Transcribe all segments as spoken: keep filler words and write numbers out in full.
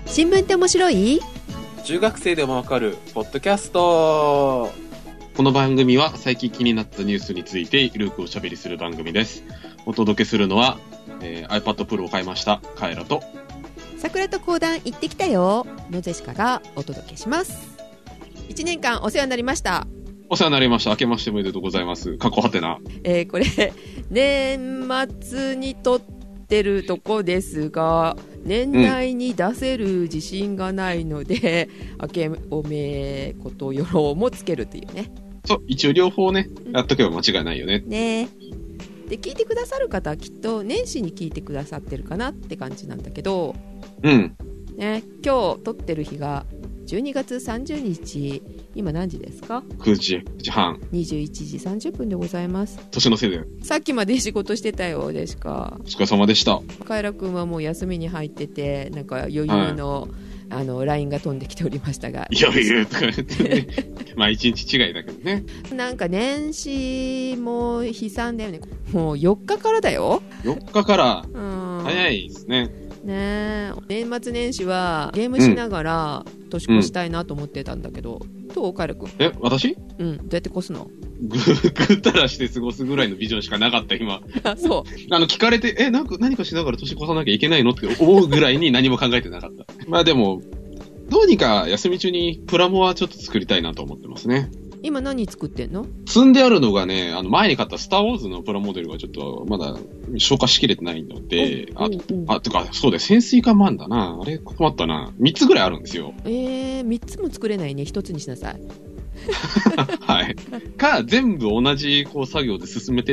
新聞って面白い？ 中学生でもわかるポッドキャスト。 この番組は最近気になったニュースについてゆるくおしゃべりする番組です。お届けするのは、えー、iPad Pro を買いましたカエラと桜と講談行ってきたよのゼシカがお届けします。いちねんかんお世話になりました。 お世話になりました。明けましておめでとうございます。過去はてな、 えー、これ年末に撮ってるとこですが年内に出せる自信がないので、うん、明けおめことよろもつけるっていうね。 そう一応両方ねやっとけば間違いないよね。 ねで聞いてくださる方はきっと年始に聞いてくださってるかなって感じなんだけど、 うんね、今日撮ってる日がじゅうにがつさんじゅうにち、今何時ですか？ くじはん、 にじゅういちじさんじゅっぷんでございます。 年のせいだよ。 さっきまで仕事してたよでしか。 お疲れ様でした。 カエラくんはもう休みに入っててなんか余裕の、はい、あの ライン が飛んできておりましたが余裕とか言ってねまあ一日違いだけどね。 なんか年始も悲惨だよね。もうよっかからだよ。 よっかから、 うん、 早いですね。 ねえ、年末年始はゲームしながら年越したいなと思ってたんだけど、うん、どうカエラくん？ え、私？ うん、どうやって越すの？ ぐぐったらして過ごすぐらいのビジョンしかなかった今。 あ、そう。 あの聞かれてえなんか何かしながら年越さなきゃいけないのって思うぐらいに何も考えてなかった。まあでもどうにか休み中にプラモはちょっと作りたいなと思ってますね。 今何作ってんの？ 積んであるのがね、あの前に買ったスターウォーズのプラモデルがちょっとまだ消化しきれてないので、あ、あ、てか、そうだよ、潜水艦もあんだな。あれ困ったな。みっつぐらいあるんですよ。 えー、みっつも作れないね。ひとつにしなさい。 はい。か、全部同じこう作業で進めてって、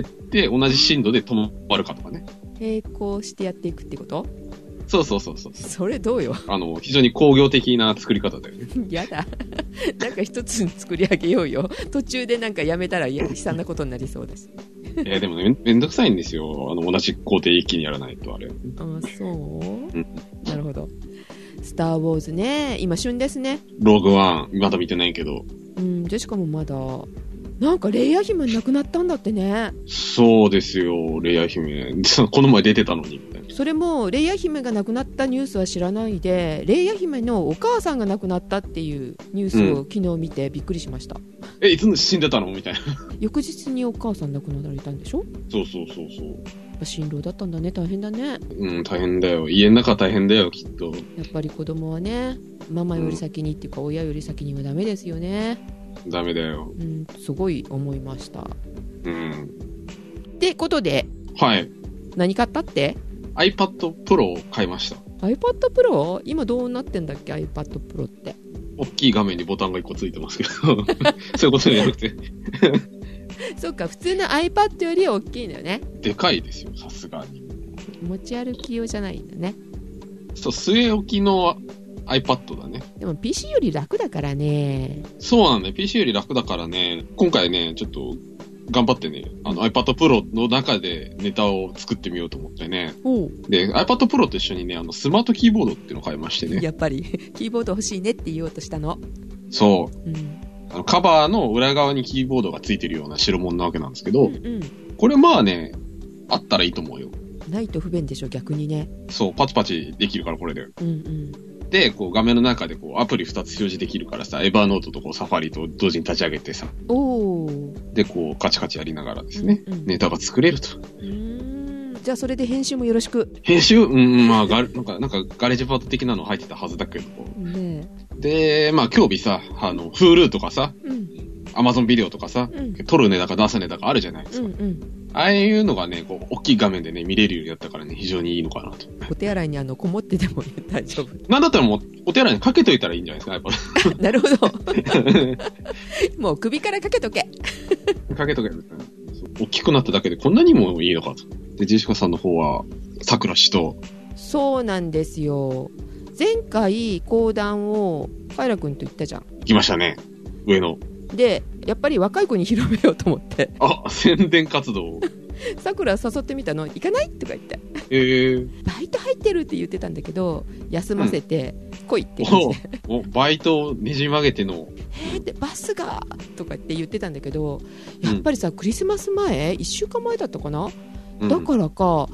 同じ進度で止まるかとかね。 並行してやっていくってこと？ そうそうそうそう。 それどうよ。あの、非常に工業的な作り方だよね。 やだ。なんか一つ作り上げようよ。途中でなんかやめたら悲惨なことになりそうです。 いやでもね、めんどくさいんですよ。あの、同じ工程一気にやらないとあれ。 あ、そう、 うん、 なるほど。スターウォーズね、今旬ですね。 ローグワン、まだ見てないけど。 うん、でしかもまだ、なんかレイヤ姫亡くなったんだってね。 そうですよ、レイヤ姫。この前出てたのに。 それもレイヤ姫が亡くなったニュースは知らないで、レイヤ姫のお母さんが亡くなったっていうニュースを昨日見てびっくりしました。うん、 え、いつ死んでたのみたいな。 翌日にお母さん亡くなられたんでしょ？ そうそうそうそう。 やっぱ辛労だったんだね。大変だね。 うん、大変だよ。家の中大変だよ、きっと。 やっぱり子供はね、ママより先にっていうか、うん、親より先にはダメですよね。 ダメだよ。 うん、すごい思いました。 うん。 ってことで、 はい。 何買ったって？ iPad Pro を買いました。 iPad Pro？ 今どうなってんだっけ iPad Pro って。 大きい画面にボタンがいっこついてますけどそういうことじゃなくてそうか、普通の iPad よりは大きいのよね。 でかいですよ、さすがに。 持ち歩き用じゃないんだね。 そう、据え置きの iPad だね。 でも ピーシー より楽だからね。 そうなんだよ、 ピーシー より楽だからね。今回ねちょっと頑張ってね、あの iPad Pro の中でネタを作ってみようと思ってね。で iPad Pro と一緒にね、あのスマートキーボードっていうのを買いましてね。 やっぱりキーボード欲しいねって言おうとしたの。 そう、うん、あのカバーの裏側にキーボードがついてるような代物なわけなんですけど、うんうん、これまあねあったらいいと思うよ。 ないと不便でしょ逆にね。 そう、パチパチできるからこれで。 うんうん。 で、こう画面の中でこうアプリふたつ表示できるからさ、エバーノートとこうサファリと同時に立ち上げてさ、 おでこうカチカチやりながらですね、うんうん、ネタが作れると。 うーん、じゃあそれで編集もよろしく。 編集、うん、まあガなんかなんかガレージパート的なの入ってたはずだけど。 ねで、まあ今日さ、あの Hulu とかさ、 うん、 Amazon ビデオとかさ、うん、撮るネタか出すネタかあるじゃないですか。 うんうん、 ああいうのがね、こう大きい画面でね見れるようになったからね、非常にいいのかなと。 お手洗いにあのこもってでも大丈夫。 なんだったらもうお手洗いにかけといたらいいんじゃないですか、やっぱ。 なるほど。もう首からかけとけ。 かけとけ。大きくなっただけでこんなにもいいのかと。で、ジェシカさんの方はさくら氏と。 そうなんですよ。前回講談をカイラ君と言ったじゃん。 行きましたね、上野で。やっぱり若い子に広めようと思って、 あ、宣伝活動。 さくら誘ってみたの。行かないとか言って、 えー、 バイト入ってるって言ってたんだけど休ませて、うん、来いって感じでおおバイトをねじ曲げてのえーってバスがとかって言ってたんだけど、やっぱりさ、うん、クリスマス前いっしゅうかんまえだったかな、うん、だからか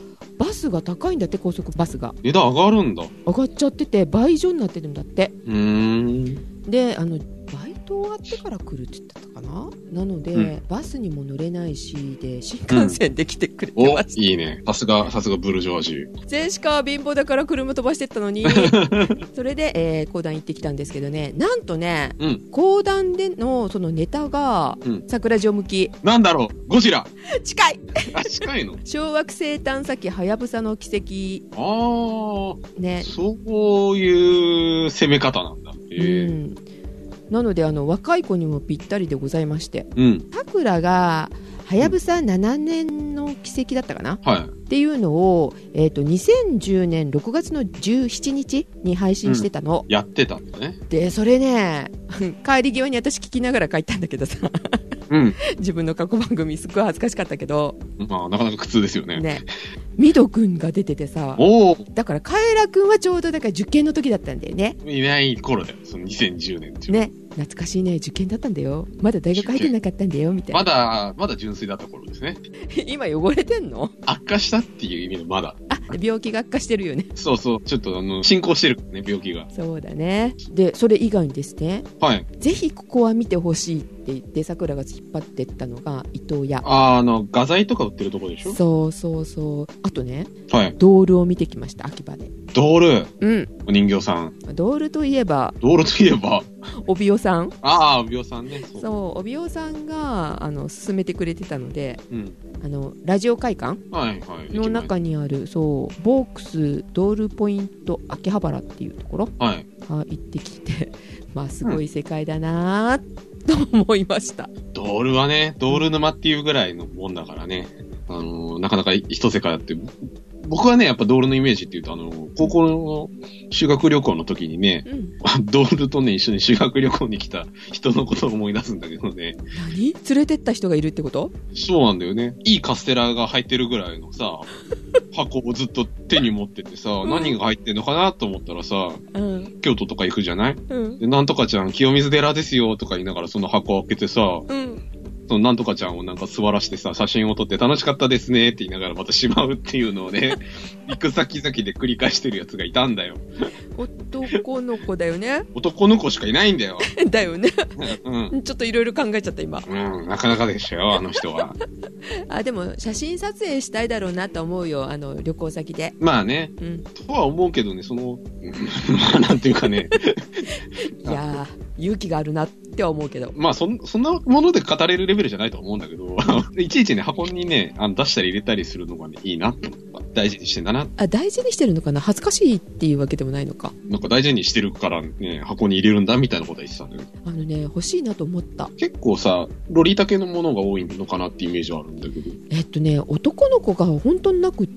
バスが高いんだって、高速バスが値段上がるんだ。 上がっちゃってて倍以上になってるんだって。 うーん。 で、あのバイト終わってから来るって言ってたかな。なので、うん、バスにも乗れないしで新幹線で来てくれてました、うん、おいいね。さすがさすがブルジョワジー。 ジェシカは貧乏だから車飛ばしてったのにそれで、えー、講談行ってきたんですけどね、なんとね、うん、講談でのそのネタが、うん、桜城向き。 なんだろう、ゴジラ近いあ、近いの小惑星探査機はやぶさの奇跡。 ああ、ね、そういう攻め方なんだ。へー、うん、 なのであの若い子にもぴったりでございまして、 うん、 さくらがはやぶさななねんの奇跡だったかな、 はい、 っていうのを、えーと、にせんじゅうねんろくがつのじゅうしちにちに配信してたの、 うん、やってたんだね。 でそれね帰り際に私聞きながら帰ったんだけどさうん、自分の過去番組すっごい恥ずかしかったけど、 まあ、なかなか苦痛ですよね。 ね、ミドくんが出ててさ、 おだからカエラくんはちょうどだから受験の時だったんだよね。 いない頃だよ、そのにせんじゅうねんってね。懐かしいね、受験だったんだよ、まだ大学入ってなかったんだよみたいな。 まだまだ純粋だった頃ですね今汚れてんの？ 悪化したっていう意味のまだ。 あ、病気が悪化してるよね。 そうそう、ちょっとあの進行してるね、病気が。 そうだね。でそれ以外にですね、 はい、 ぜひここは見てほしいって言ってさくらが引っ張ってったのが伊東屋。 あー、あの画材とか売ってるとこでしょ。 そうそうそう。あとね、 はい、 ドールを見てきました、秋葉で。 ドール、 うん、 お人形さん。 ドールといえばドールといえば帯尾さん。 ああ、帯尾さんね。 そう、そう帯尾さんがあの勧めてくれてたので、 うん、 あのラジオ会館の中にある、そうボークスドールポイント秋葉原っていうところ、 はい、 行ってきてまあすごい世界だなと思いました、うん、 ドールはね、ドール沼っていうぐらいのもんだからね、あのー、なかなか一世界あって、僕はね、やっぱドールのイメージっていうと、あの、高校の修学旅行の時にね、うん、ドールとね、一緒に修学旅行に来た人のことを思い出すんだけどね。 何？連れてった人がいるってこと？ そうなんだよね。いいカステラが入ってるぐらいのさ、箱をずっと手に持っててさ、うん、何が入ってんのかなと思ったらさ、うん、京都とか行くじゃない？うん、で、なんとかちゃん、清水寺ですよとか言いながらその箱を開けてさ、うんそのなんとかちゃんをなんか座らしてさ、写真を撮って楽しかったですねって言いながらまたしまうっていうのをね、行く先々で繰り返してるやつがいたんだよ。 男の子だよね。 男の子しかいないんだよ。 だよね。 うん。 ちょっといろいろ考えちゃった今。 うん、なかなかでしたよ、あの人は。 あ、でも写真撮影したいだろうなと思うよ、あの旅行先で。 まあね。うん。とは思うけどね、その、まあなんていうかね。 いやー、勇気があるなっては思うけど。 まあそん、そんなもので語れるレベルじゃないと思うんだけど、いちいちね、箱にね、あの出したり入れたりするのがね、いいなって思った。大事にしてんだな。 あ、大事にしてるのかな？恥ずかしいっていうわけでもないのか。 なんか大事にしてるからね、箱に入れるんだみたいなことは言ってたんだけど。 あのね、欲しいなと思った。 結構さ、ロリータ系のものが多いのかなってイメージはあるんだけど。 えっとね、男の子が本当になくって、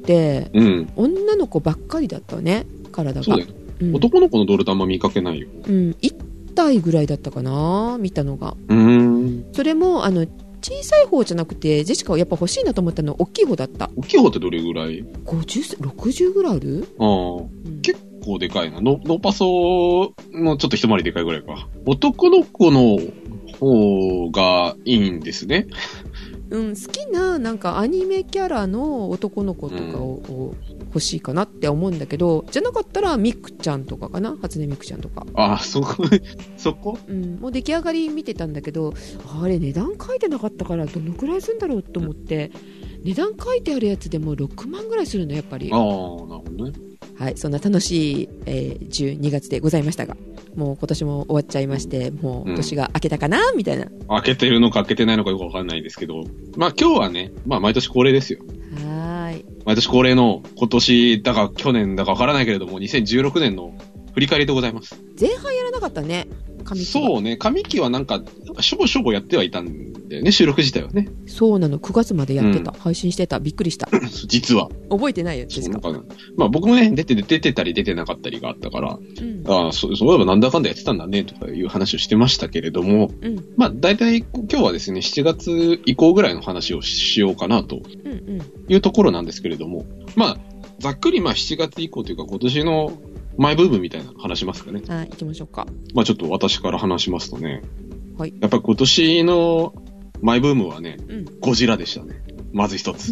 うん、 女の子ばっかりだったね、体が。 そうだよ、うん、男の子のドールってあんま見かけないよ。 うん、いちたいぐらいだったかな、見たのが。 うーん。 それも、あの、小さい方じゃなくて、ジェシカはやっぱ欲しいなと思ったのは大きい方だった。 大きい方ってどれぐらい？ ごじゅう、ろくじゅうぐらいある？ ああ、うん、結構でかいな。ノーパソのちょっと一回りでかいぐらいか。男の子の方がいいんですね。 うん、好きななんかアニメキャラの男の子とかを、うん、欲しいかなって思うんだけど、じゃなかったらミクちゃんとかかな、初音ミクちゃんとか。 ああ、そこそこ、 うん、もう出来上がり見てたんだけど、あれ値段書いてなかったからどのくらいするんだろうと思って、うん、値段書いてあるやつでもろくまんぐらいするのやっぱり。 ああ、なるほどね。 はい、そんな楽しい、えー、じゅうにがつでございましたが、もう今年も終わっちゃいまして、もう年が明けたかな、うん、みたいな。 明けてるのか明けてないのかよくわかんないですけど、まあ今日はね、まあ毎年恒例ですよ。 はい。 毎年恒例の今年だか去年だかわからないけれども、にせんじゅうろくねんの振り返りでございます。 前半やらなかったね、上期は。 そうね、上期はなんか、しょぼしょぼやってはいたんだよね、収録自体はね。 そうなの、くがつまでやってた。うん、配信してた。びっくりした。 実は。 覚えてないよ、確か。 まあ僕もね、出て、出てたり出てなかったりがあったから、うん、ああ、そ、そういえばなんだかんだやってたんだね、とかいう話をしてましたけれども、うん、まあ大体今日はですね、しちがつ以降ぐらいの話をしようかなというところなんですけれども、まあ、ざっくりまあしちがつ以降というか今年のマイブームみたいなの話しますかね。 はい、行きましょうか。 まあちょっと私から話しますとね、 はい。 やっぱり今年のマイブームはね、うん、ゴジラでしたね。まず一つ。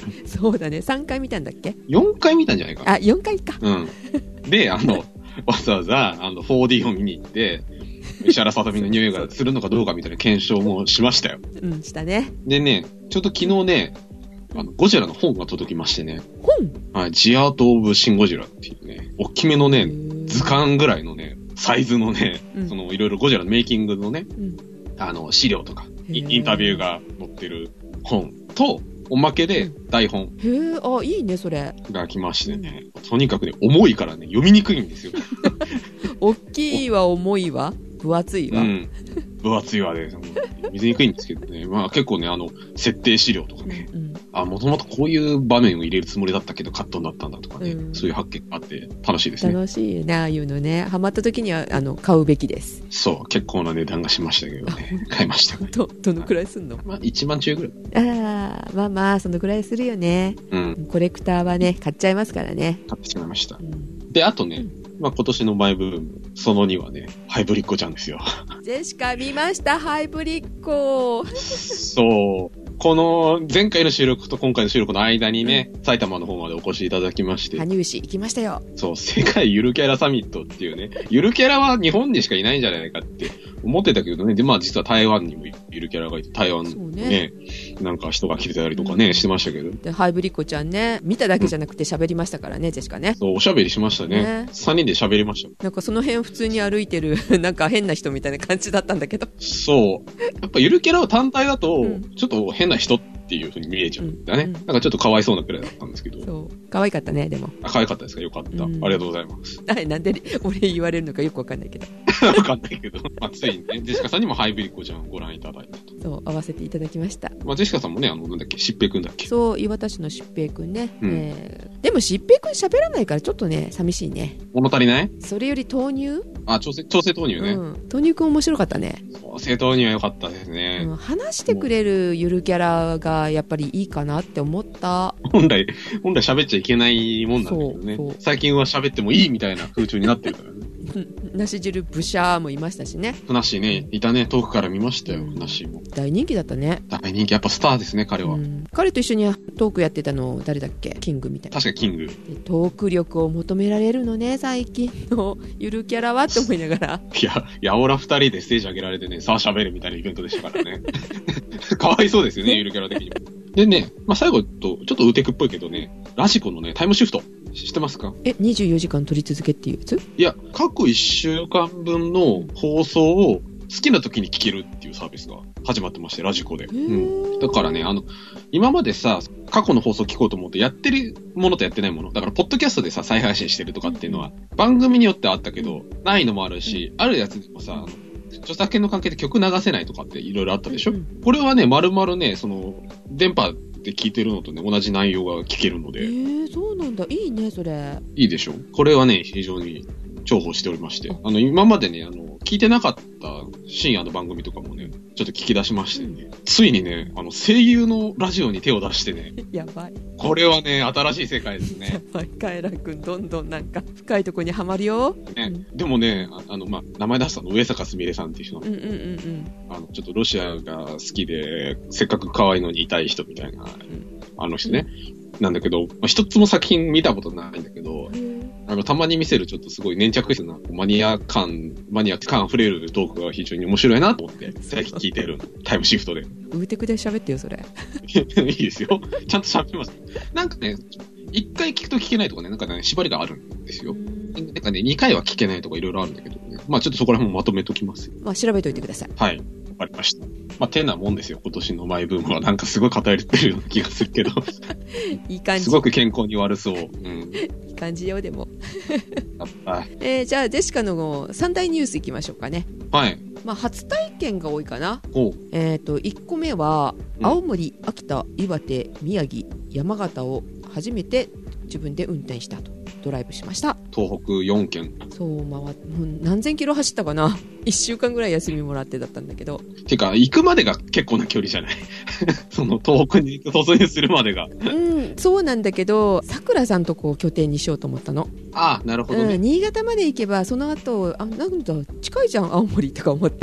そうだね。さんかい見たんだっけ？ よん 回見たんじゃないかな。 あ、よんかいか。 うん。で、あの、わざわざ、あの、フォーディー を見に行って、石原さとみの匂いがするのかどうかみたいな検証もしましたよ。 うん、したね。 でね、ちょっと昨日ね、あの、ゴジラの本が届きましてね。 本？ はい、ジアート・オブ・シン・ゴジラっていうね、大きめのね、図鑑ぐらいのね、サイズのね、うん、その、いろいろゴジラのメイキングのね、うん、あの、資料とか、インタビューが載ってる本と、おまけで台本。 へえ、あ、いいね、それ。 が来ましてね、うん。とにかくね、重いからね、読みにくいんですよ。 大きいわ、重いわ、分厚いわ。うん。 分厚いわで、見せにくいんですけどね。まあ結構ね、あの、設定資料とかね。うん、あ、もともとこういう場面を入れるつもりだったけどカットになったんだとかね。うん、そういう発見があって楽しいですね。 楽しいね、ああいうのね。ハマった時には、あの、買うべきです。 そう、結構な値段がしましたけどね。買いました、ね。 ど、どのくらいすんの？ まあいちまんちゅうぐらい。 ああ、まあまあ、そのくらいするよね。うん。コレクターはね、買っちゃいますからね。 買ってしまいました。うん、で、あとね、うんまあ、今年のマイブーム、そのにはね、ハイブリッコちゃんですよ。 ジェシカ見ました、ハイブリッコ。 そう。この前回の収録と今回の収録の間にね、うん、埼玉の方までお越しいただきまして。 羽生市行きましたよ。 そう、世界ゆるキャラサミットっていうね、ゆるキャラは日本にしかいないんじゃないかって思ってたけどね、で、まあ実は台湾にもゆるキャラがいて、台湾にね、ねなんか人が来てたりとかね、うん、してましたけど。 で、ハイブリッコちゃんね、見ただけじゃなくて喋りましたからね、うん、ジェシカね。 そう、おしゃべりしましたね。ねさんにんで喋りました。 なんかその辺普通に歩いてる、なんか変な人みたいな感じだったんだけど。 そう。やっぱゆるキャラは単体だと、ちょっと変な人っていう風に見えちゃうんだね、うんうん。なんかちょっとかわいそうなくらいだったんですけど。 そう。可愛かったね、でも。 あ、可愛かったですか？よかった。うん、ありがとうございます。 はい、なんで俺言われるのかよくわかんないけど。 わかんないけど。まあ、ついにね、ジェシカさんにもハイブリッコちゃんをご覧いただいたと。 そう、合わせていただきました。 まあ、ジェシカさんもね、あの、なんだっけ、しっぺいくんだっけ。 そう、岩田市のしっぺいくんね。うん、えー、でもしっぺいくん喋らないからちょっとね、寂しいね。 物足りない？ それより豆乳？ あ、調整、調整豆乳ね。うん。 豆乳くん面白かったね。 調整豆乳は良かったですね、 うん。話してくれるゆるキャラがやっぱりいいかなって思った。 本来、本来喋っちゃいけないもんなんだけどね。そうそう最近は喋ってもいいみたいな風潮になってるからね。 なし汁ブシャーもいましたしね。 ふなっしーね、いたね、遠くから見ましたよ、ふなっしーも。 大人気だったね。 大人気、やっぱスターですね、彼は。うん、 彼と一緒にトークやってたの、誰だっけ？キングみたいな。 確かキング。 トーク力を求められるのね、最近のゆるキャラはって思いながら。 いや、やおら二人でステージ上げられてね、さあ喋るみたいなイベントでしたからね。かわいそうですよね、ゆるキャラ的にも。でね、まあ、最後と、ちょっとウテクっぽいけどね、ラジコのね、タイムシフト、知ってますか？ え、にじゅうよじかん撮り続けっていうやつ？ いや、過去いっしゅうかんぶんの放送を好きな時に聞けるっていうサービスが始まってまして、ラジコで。うん。だからね、あの、今までさ、過去の放送聞こうと思ってやってるものとやってないもの。だから、ポッドキャストでさ、再配信してるとかっていうのは、番組によってはあったけど、ないのもあるし、あるやつでもさ、あの著作権の関係で曲流せないとかっていろいろあったでしょ、うん、これはね、丸々ね、その、電波で聞いてるのとね、同じ内容が聞けるので。 えー、そうなんだ。いいね、それ。 いいでしょ？これはね、非常に重宝しておりまして。あの、今までね、あの、聞いてなかった深夜の番組とかもね、ちょっと聞き出しましてね、うん、ついにね、あの、声優のラジオに手を出してね。 やばい。 これはね、新しい世界ですね。 やばい、カエラくん、どんどんなんか、深いとこにはまるよ。 ね、うん、でもね、あ, あの、まあ、名前出したの、上坂すみれさんっていう人なんで、うんうんうんうん、 あの、ちょっとロシアが好きで、せっかく可愛いのに痛い人みたいな、うん、あの人ね。うんなんだけど、まあ、一つも作品見たことないんだけど、あの、たまに見せるちょっとすごい粘着質なマニア感、マニア感溢れるトークが非常に面白いなと思って、最近聞いてるタイムシフトで。 ウーテクで喋ってよ、それ。 いいですよ。ちゃんと喋ります。なんかね、一回聞くと聞けないとかね、なんかね、縛りがあるんですよ。なんかね、二回は聞けないとかいろいろあるんだけどね。まあちょっとそこら辺もまとめときます。 まあ調べといてください。 はい。わかりました。まあ、てなもんですよ。今年のマイブームはなんかすごい偏ってるような気がするけど。 いい感じ。 すごく健康に悪そう。うん。 いい感じよ、でも。 はい。 えー、じゃあ、ジェシカの三大ニュースいきましょうかね。 はい。 まあ、初体験が多いかな。 おう。 えっと、いっこめは、青森、秋田、岩手、宮城、山形を初めて自分で運転したと。ドライブしました。 東北よんけん。 そう回っ何千キロ走ったかな。いっしゅうかんぐらい休みもらってだったんだけど。 てか行くまでが結構な距離じゃない。その東北に突入するまでが。 うん、そうなんだけど、さくらさんとこを拠点にしようと思ったの。 ああ、なるほどね。 うん、新潟まで行けばその後、あ、なんだ近いじゃん青森とか思って。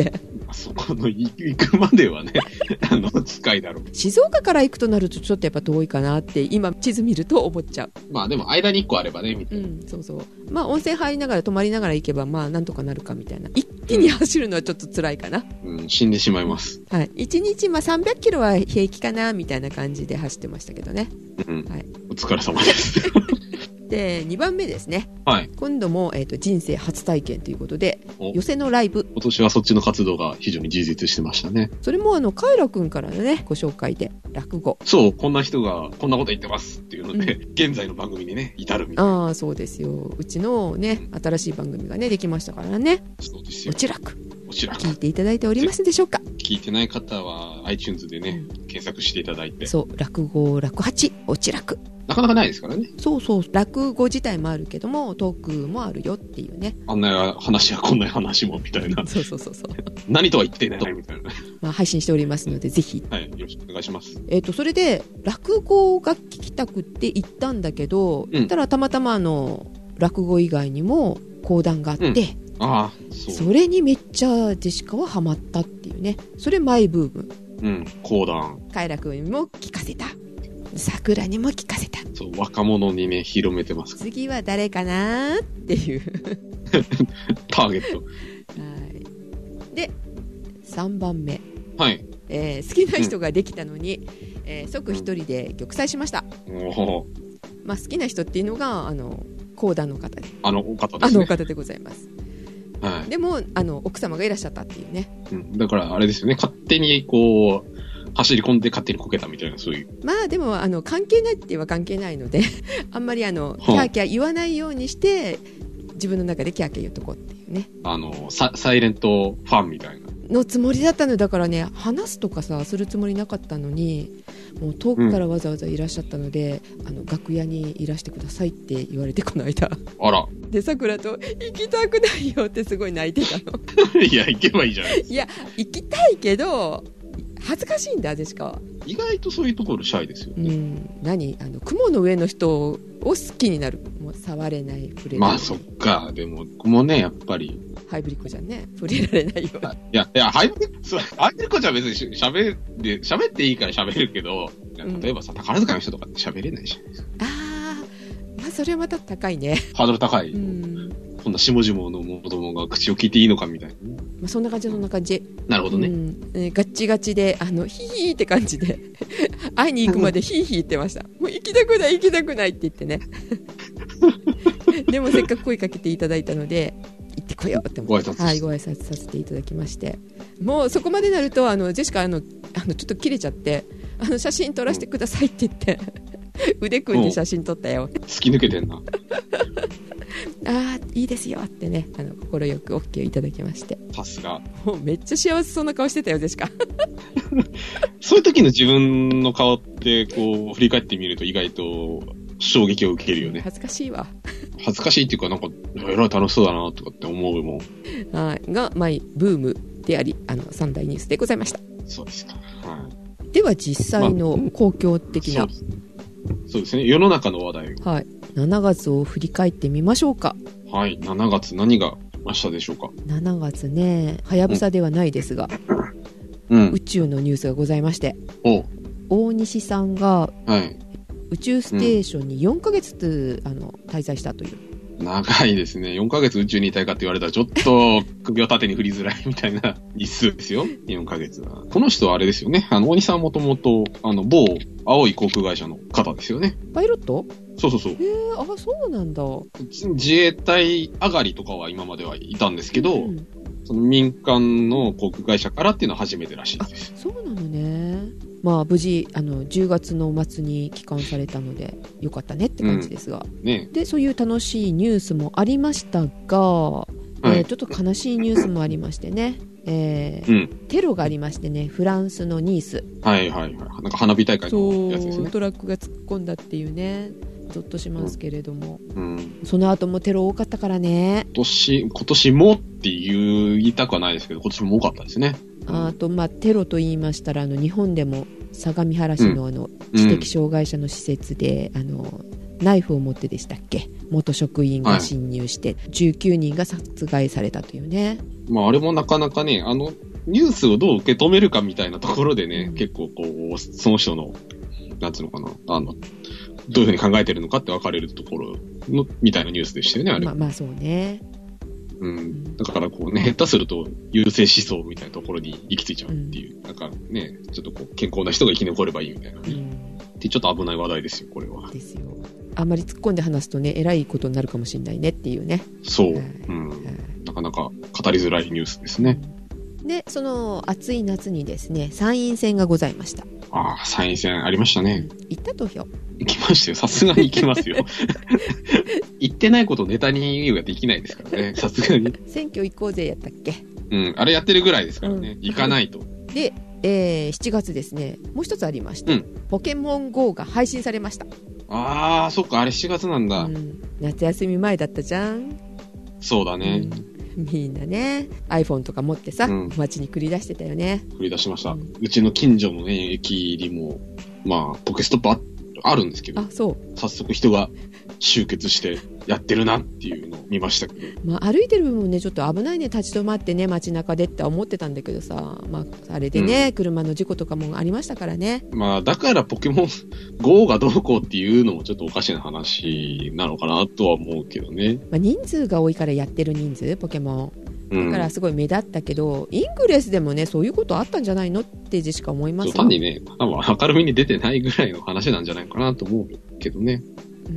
そこの行くまではね、あの、近いだろう。 静岡から行くとなるとちょっとやっぱ遠いかなって今地図見ると思っちゃう。 まあでも間にいっこあればね、みたいな。 うん、そうそう。まあ温泉入りながら泊まりながら行けばまあなんとかなるかみたいな。一気に走るのはちょっと辛いかな。 うん、死んでしまいます。 はい。いちにちまあさんびゃくキロは平気かなみたいな感じで走ってましたけどね。 うん。 はい。 お疲れ様です。 でにばんめですね、 はい、 今度も、えーと、人生初体験ということで寄席のライブ。 今年はそっちの活動が非常に充実してましたね。 それもあのカイラくんからのねご紹介で落語。 そう、こんな人がこんなこと言ってますっていうので、うん、現在の番組にね至るみたいな。 ああそうですよ、うちのね新しい番組がねできましたからね。 そうですよ。 おちらくおちらく聞いていただいておりますでしょうか。 聞いてない方は iTunes でね、うん、検索していただいて。 そう落語落八おちらくなかなかないですからね。そうそう、落語自体もあるけどもトークもあるよっていうね。 あんな話やこんな話もみたいな。 そうそうそうそう。 何とは言ってないみたいな。 まあ配信しておりますのでぜひ。 はい、よろしくお願いします。 えっとそれで落語が聞きたくって行ったんだけど、うん、たらたまたまあの落語以外にも講談があって、うん、 ああ、そう。 それにめっちゃジェシカはハマったっていうね。それマイブーム。 うん、講談。 快楽にも聞かせた。桜にも聞かせた。 そう、若者にね広めてます。 次は誰かなっていうターゲット。 はい。でさんばんめ、 はい、 えー、好きな人ができたのに、うん、えー、即一人で玉砕しました。お、まあ、好きな人っていうのがあの講談の方で、 あのお方ですね。 あのお方でございます。 はい、 でもあの奥様がいらっしゃったっていうね、 うん、だからあれですよね、勝手にこう走り込んで勝手にこけたみたいな、そういう。 まあでもあの関係ないって言えば関係ないのであんまりあのキャーキャー言わないようにして自分の中でキャーキャー言っとこうっていうね、 あの サ, サイレントファンみたいなのつもりだったのだからね、話すとかさするつもりなかったのにもう遠くからわざわざいらっしゃったので、うん、あの楽屋にいらしてくださいって言われてこの間。 あら。 でさくらと行きたくないよってすごい泣いてたのいや行けばいいじゃないですか。 いや行きたいけど恥ずかしいんだジェシカは。 意外とそういうところシャイですよね。 うん、何あの雲の上の人を好きになる。もう触れない触れない。 まあそっか。でも僕もねやっぱりハイブリッコじゃんね。触れられないよ。 いやいやハイブリッコハイブリッコじゃ別にしゃべって喋っていいから喋るけど、例えばさ、うん、宝塚の人とかって喋れないじゃないですか。 ああ、まあそれはまた高いね。 ハードル高い。うん。こんな下々の子供が口を聞いていいのかみたいな。 まあ、そんな感じそんな感じ。 なるほどね。 うんえー、ガッチガチであのヒーヒーって感じで会いに行くまでヒーヒー言ってました。もう行きたくない行きたくないって言ってねでもせっかく声かけていただいたので行ってこようって思って、はい、ご挨拶させていただきまして、もうそこまでなるとあのジェシカあのあのちょっと切れちゃってあの写真撮らせてくださいって言って腕組んで写真撮ったよ。 突き抜けてんなああいいですよってね、あの心よく OK いただきまして。 さすが。 もうめっちゃ幸せそうな顔してたよジェシカそういう時の自分の顔ってこう振り返ってみると意外と衝撃を受けるよね。 恥ずかしいわ恥ずかしいっていうかなんかえらい楽しそうだなとかって思うもん。 はいがマイブームでありあの三大ニュースでございました。 そうですか。はい。 では実際の公共的な、まあ、 そうそうですね、世の中の話題を、 はい、しちがつを振り返ってみましょうか。 はい、しちがつ何がありましたでしょうか。 しちがつね、はやぶさではないですが、 うん、 宇宙のニュースがございまして、 お大西さんが、 はい、 宇宙ステーションによんかげつ、うん、あの滞在したという。 長いですね。よんかげつ宇宙にいたいかって言われたらちょっと首を縦に振りづらいみたいな日数ですよ。よんかげつは。この人はあれですよね。あの、大西さんはもともと、あの、某青い航空会社の方ですよね。 パイロット？ そうそうそう。 へえ、あ、そうなんだ。 自衛隊上がりとかは今まではいたんですけど、うん、その民間の航空会社からっていうのは初めてらしいです。 あ、そうなのね。まあ無事あのじゅうがつの末に帰還されたのでよかったねって感じですが、 うんね、 でそういう楽しいニュースもありましたが、はい、えー、ちょっと悲しいニュースもありましてね、えーうん、テロがありましてね、フランスのニース、 はいはいはい、なんか花火大会のやつですね。 トラックが突っ込んだっていうね、ゾッとしますけれども、 うんうん、 その後もテロ多かったからね。 今年今年もって言いたくはないですけど、今年も多かったですね。 あと、まあ、テロと言いましたらあの日本でも相模原市のあの知的障害者の施設で、うん、あのナイフを持ってでしたっけ、元職員が侵入してじゅうきゅうにんが殺害されたというね。 まあ、あれもなかなかね、あのニュースをどう受け止めるかみたいなところでね、 うん、 結構こう、その人の、なんつうのかな、あの、どういうふうに考えてるのかって分かれるところの、みたいなニュースでしたよね、あれ。 まあまあそうね。 うん。だからこうね、下手すると優勢思想みたいなところに行き着いちゃうっていう、うん、なんかね、ちょっとこう、健康な人が生き残ればいいみたいな、ね。うん。ってちょっと危ない話題ですよ、これは。ですよ。 あんまり突っ込んで話すとね、えらいことになるかもしれないねっていうね。 そう。はい、うん、はい。なかなか語りづらいニュースですね。 で、その暑い夏にですね、参院選がございました。 ああ、参院選ありましたね。 うん、行った投票。 行きましたよ。さすがに行きますよ。行ってないことをネタに言うができないですからね。さすがに。 選挙行こうぜやったっけ？ うん、あれやってるぐらいですからね。うん、行かないと。 で、えー、しちがつですね、もう一つありました。うん、ポケモン ゴー が配信されました。 ああ、そっか、あれしちがつなんだ。うん、 夏休み前だったじゃん。 そうだね。 うん、みんなね iPhone とか持ってさ、うん、街に繰り出してたよね。 繰り出しました、うん、うちの近所のね駅にもまあポケストップ あ, あるんですけど、 あ、そう早速人が集結してやってるなっていうのを見ましたけど、 まあ、歩いてる分もねちょっと危ないね、立ち止まってね街中でって思ってたんだけどさ、まあ、あれでね、うん、車の事故とかもありましたからね。 まあだからポケモン ゴー がどうこうっていうのもちょっとおかしな話なのかなとは思うけどね、 まあ、人数が多いからやってる人数ポケモンだからすごい目立ったけど、うん、イングレスでもねそういうことあったんじゃないのってじしか思いますよ。 単にね多分明るみに出てないぐらいの話なんじゃないかなと思うけどね。 うん、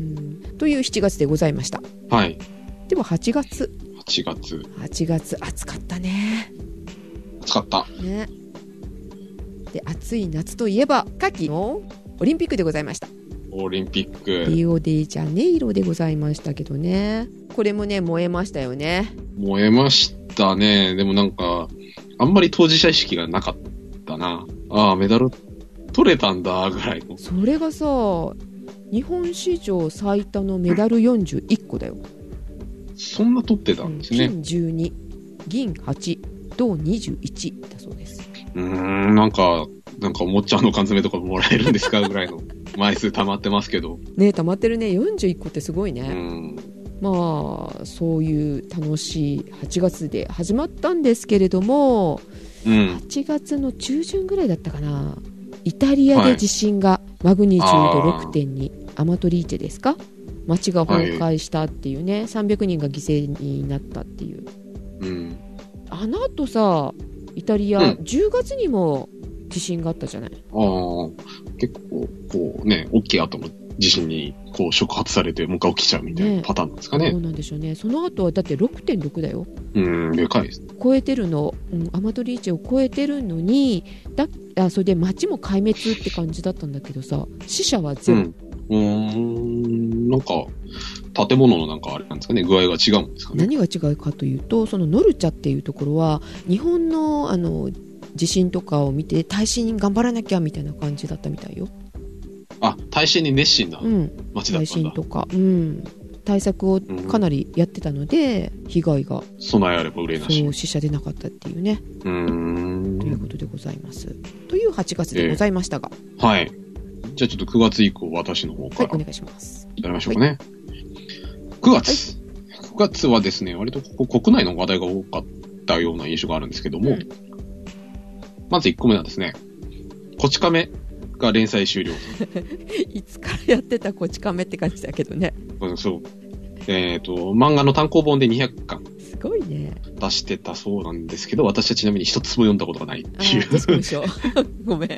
というしちがつでございました。 はい。 でははちがつ。 はちがつ。 はちがつ暑かったね。 暑かった。 ね。で暑い夏といえば夏季のオリンピックでございました。 オリンピック。 リオデジャネイロでございましたけどね。これもね燃えましたよね。 燃えましたね。でもなんかあんまり当事者意識がなかったな。ああメダル取れたんだぐらいの。 それがさ。日本史上最多のメダルよんじゅういっこだよ。 そんな取ってたんですね。 金じゅうに、銀はち、銅にじゅういちだそうです。 うーん、なんか、なんかおもちゃの缶詰とかもらえるんですかぐらいの枚数溜まってますけど。 ね溜まってるね。よんじゅういっこってすごいね。うん、まあ、そういう楽しいはちがつで始まったんですけれども、うん、はちがつの中旬ぐらいだったかな。イタリアで地震がマグニチュード ろくてんに、アマトリーチェですか、街が崩壊したっていうね、はい、さんびゃくにんが犠牲になったっていう、うん、あの後さイタリア、うん、じゅうがつにも地震があったじゃない。 ああ、結構こうね大きい後の地震にこう触発されてもう一回起きちゃうみたいなパターンなんですかね。 そうなんでしょうね。その後はだって ろくてんろく だよ。 うん、でかいです。 超えてるの、うん、アマトリーチェを超えてるのにだあそれで街も壊滅って感じだったんだけどさ、死者はゼロ。うん、うーんなんか建物のなんかあれなんですかね、具合が違うんですかね。 何が違うかというと、そのノルチャっていうところは日本のあの地震とかを見て耐震頑張らなきゃみたいな感じだったみたいよ。 あ、耐震に熱心な街だったんだ。 耐震とか、うん、対策をかなりやってたので、うん、被害が備えあれば憂いなし。 そう死者出なかったっていうね。うーんということでございますというはちがつでございましたが、 えー、はい。じゃあちょっとくがつ以降私の方から、 はい、お願いします。 やりましょうかね、はい、くがつ、はい、くがつはですね割とここ国内の話題が多かったような印象があるんですけども、うん、まずいっこめはですねこち亀が連載終了いつからやってたこち亀って感じだけどね。 そうえっ、ー、と漫画の単行本でにひゃっかんすごいね出してたそうなんですけど、私はちなみに一つも読んだことがないっていう。 あそうでしょごめん、うん、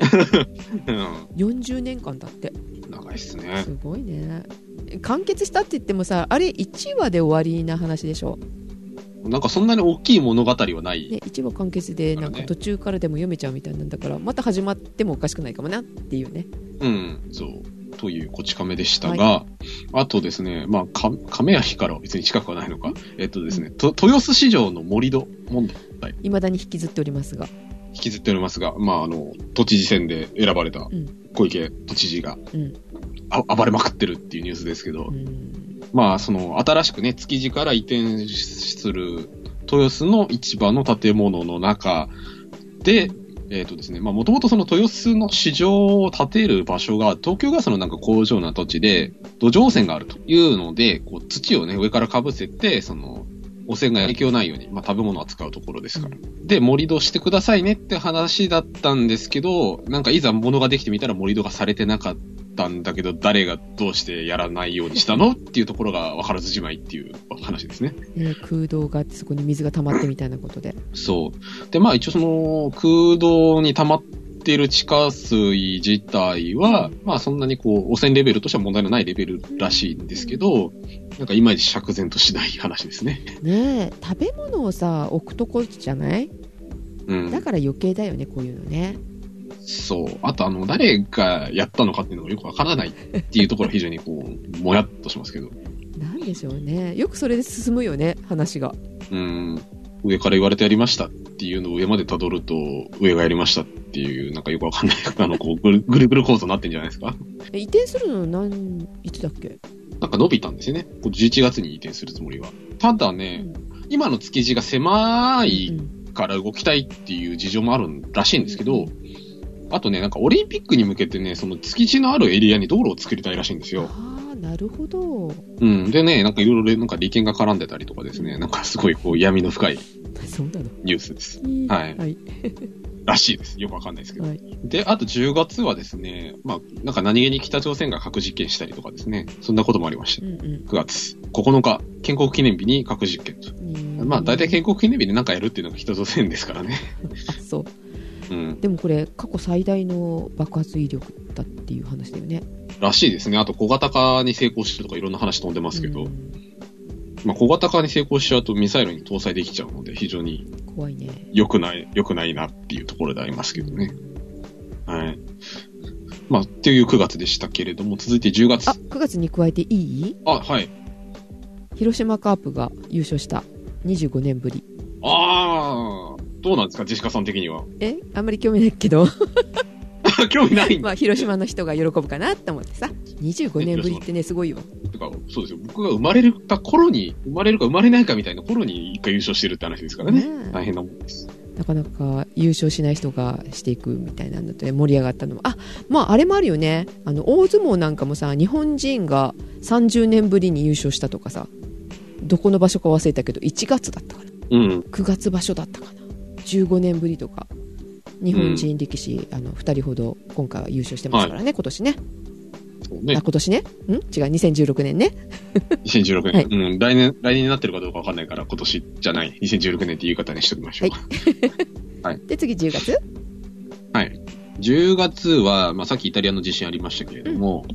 よんじゅうねんかんだって。 長いっすね。 すごいね。完結したって言ってもさ、あれいちわで終わりな話でしょ。 なんかそんなに大きい物語はない、 ね、いちわ完結でなんか途中からでも読めちゃうみたいなんだから、また始まってもおかしくないかもなっていうね。 うんそうというこち亀でしたが、はい、あとですね、まあ、か亀有からは別に近くはないのか、えっとですね、と豊洲市場の盛り土問題、 いまだに引きずっておりますが、 引きずっておりますが、まあ、あの都知事選で選ばれた小池都知事が、うん、あ暴れまくってるっていうニュースですけど、うん、まあその新しくね築地から移転する豊洲の市場の建物の中でえっ、ー、とですね、まあもともとその豊洲の市場を建てる場所が東京ガスのなんか工場の土地で土壌汚染があるというので、こう土をね上からかぶせてその汚染が影響ないように、まあ食べ物を扱うところですから。で、盛り土してくださいねって話だったんですけど、なんかいざ物ができてみたら盛り土がされてなかったんだけど、誰がどうしてやらないようにしたのっていうところが分からずじまいっていう話ですね。 ね、空洞があってそこに水が溜まってみたいなことで。 そう。で、まあ一応その空洞に溜まっている地下水自体は、まあそんなにこう汚染レベルとしては問題のないレベルらしいんですけど、なんかいまいち釈然としない話ですね。 ねえ、食べ物をさ置くとこじゃない？うん。だから余計だよね、こういうのね。 そう。あとあの誰がやったのかっていうのがよくわからないっていうところは非常にこうもやっとしますけど。 なんでしょうね。よくそれで進むよね、話が。 うん。上から言われてやりましたっていうのを上まで辿ると上がやりましたっていうなんかよくわかんないあのこうぐるぐるぐる構造になってんじゃないですか。 移転するの何いつだっけ？ なんか伸びたんですよね。じゅういちがつに移転するつもりは。ただね、うん、今の築地が狭いから動きたいっていう事情もあるらしいんですけど、うん、あとね、なんかオリンピックに向けてね、その築地のあるエリアに道路を作りたいらしいんですよ。 ああ、なるほど。 うん。でね、なんかいろいろなんか利権が絡んでたりとかですね、なんかすごいこう闇の深いニュースです。はい。はい。らしいです。よくわかんないですけど。はい、で、あとじゅうがつはですね、まあ、なんか何気に北朝鮮が核実験したりとかですね、そんなこともありました。うんうん、くがつここのか、建国記念日に核実験と。まあ、大体建国記念日で何かやるっていうのが北朝鮮ですからね。 あ、そう。うん、でもこれ、過去最大の爆発威力だっていう話だよね。 らしいですね。あと小型化に成功してるとかいろんな話飛んでますけど、うん、まあ、小型化に成功しちゃうとミサイルに搭載できちゃうので非常に怖いね。良くない、良くないなっていうところでありますけどね。うん、はい。まあ、っていうくがつでしたけれども、続いてじゅうがつ。 あ、くがつに加えていい？ あ、はい。 広島カープが優勝した。にじゅうごねんぶり。 ああ、どうなんですか、ジェシカさん的には。 え、あんまり興味ないけど。 興味ないまあ、広島の人が喜ぶかなって思ってさ。にじゅうごねんぶりってね、すごいよ。 てか、そうですよ。僕が生まれた頃に、生まれるか生まれないかみたいな頃に一回優勝してるって話ですからね。ね、大変なもんです。 なかなか優勝しない人がしていくみたいなんだと、ね、盛り上がったのも。あ、まあ、あれもあるよね。あの、大相撲なんかもさ、日本人がさんじゅうねんぶりに優勝したとかさ、どこの場所か忘れたけど、いちがつだったかな。うん。くがつ場所だったかな。じゅうごねんぶりとか。日本人力士、うん、あのふたりほど今回は優勝してますからね、はい、今年ね。そうね。あ、今年ね。ん違う、にせんじゅうろくねんね。 にせんじゅうろくねん、はい、うん。来年、来年になってるかどうかわかんないから、今年じゃない。にせんじゅうろくねんって言い方にしておきましょう。はい。はい、で、次じゅうがつ？ はい。じゅうがつは、まあ、さっきイタリアの地震ありましたけれども、うん、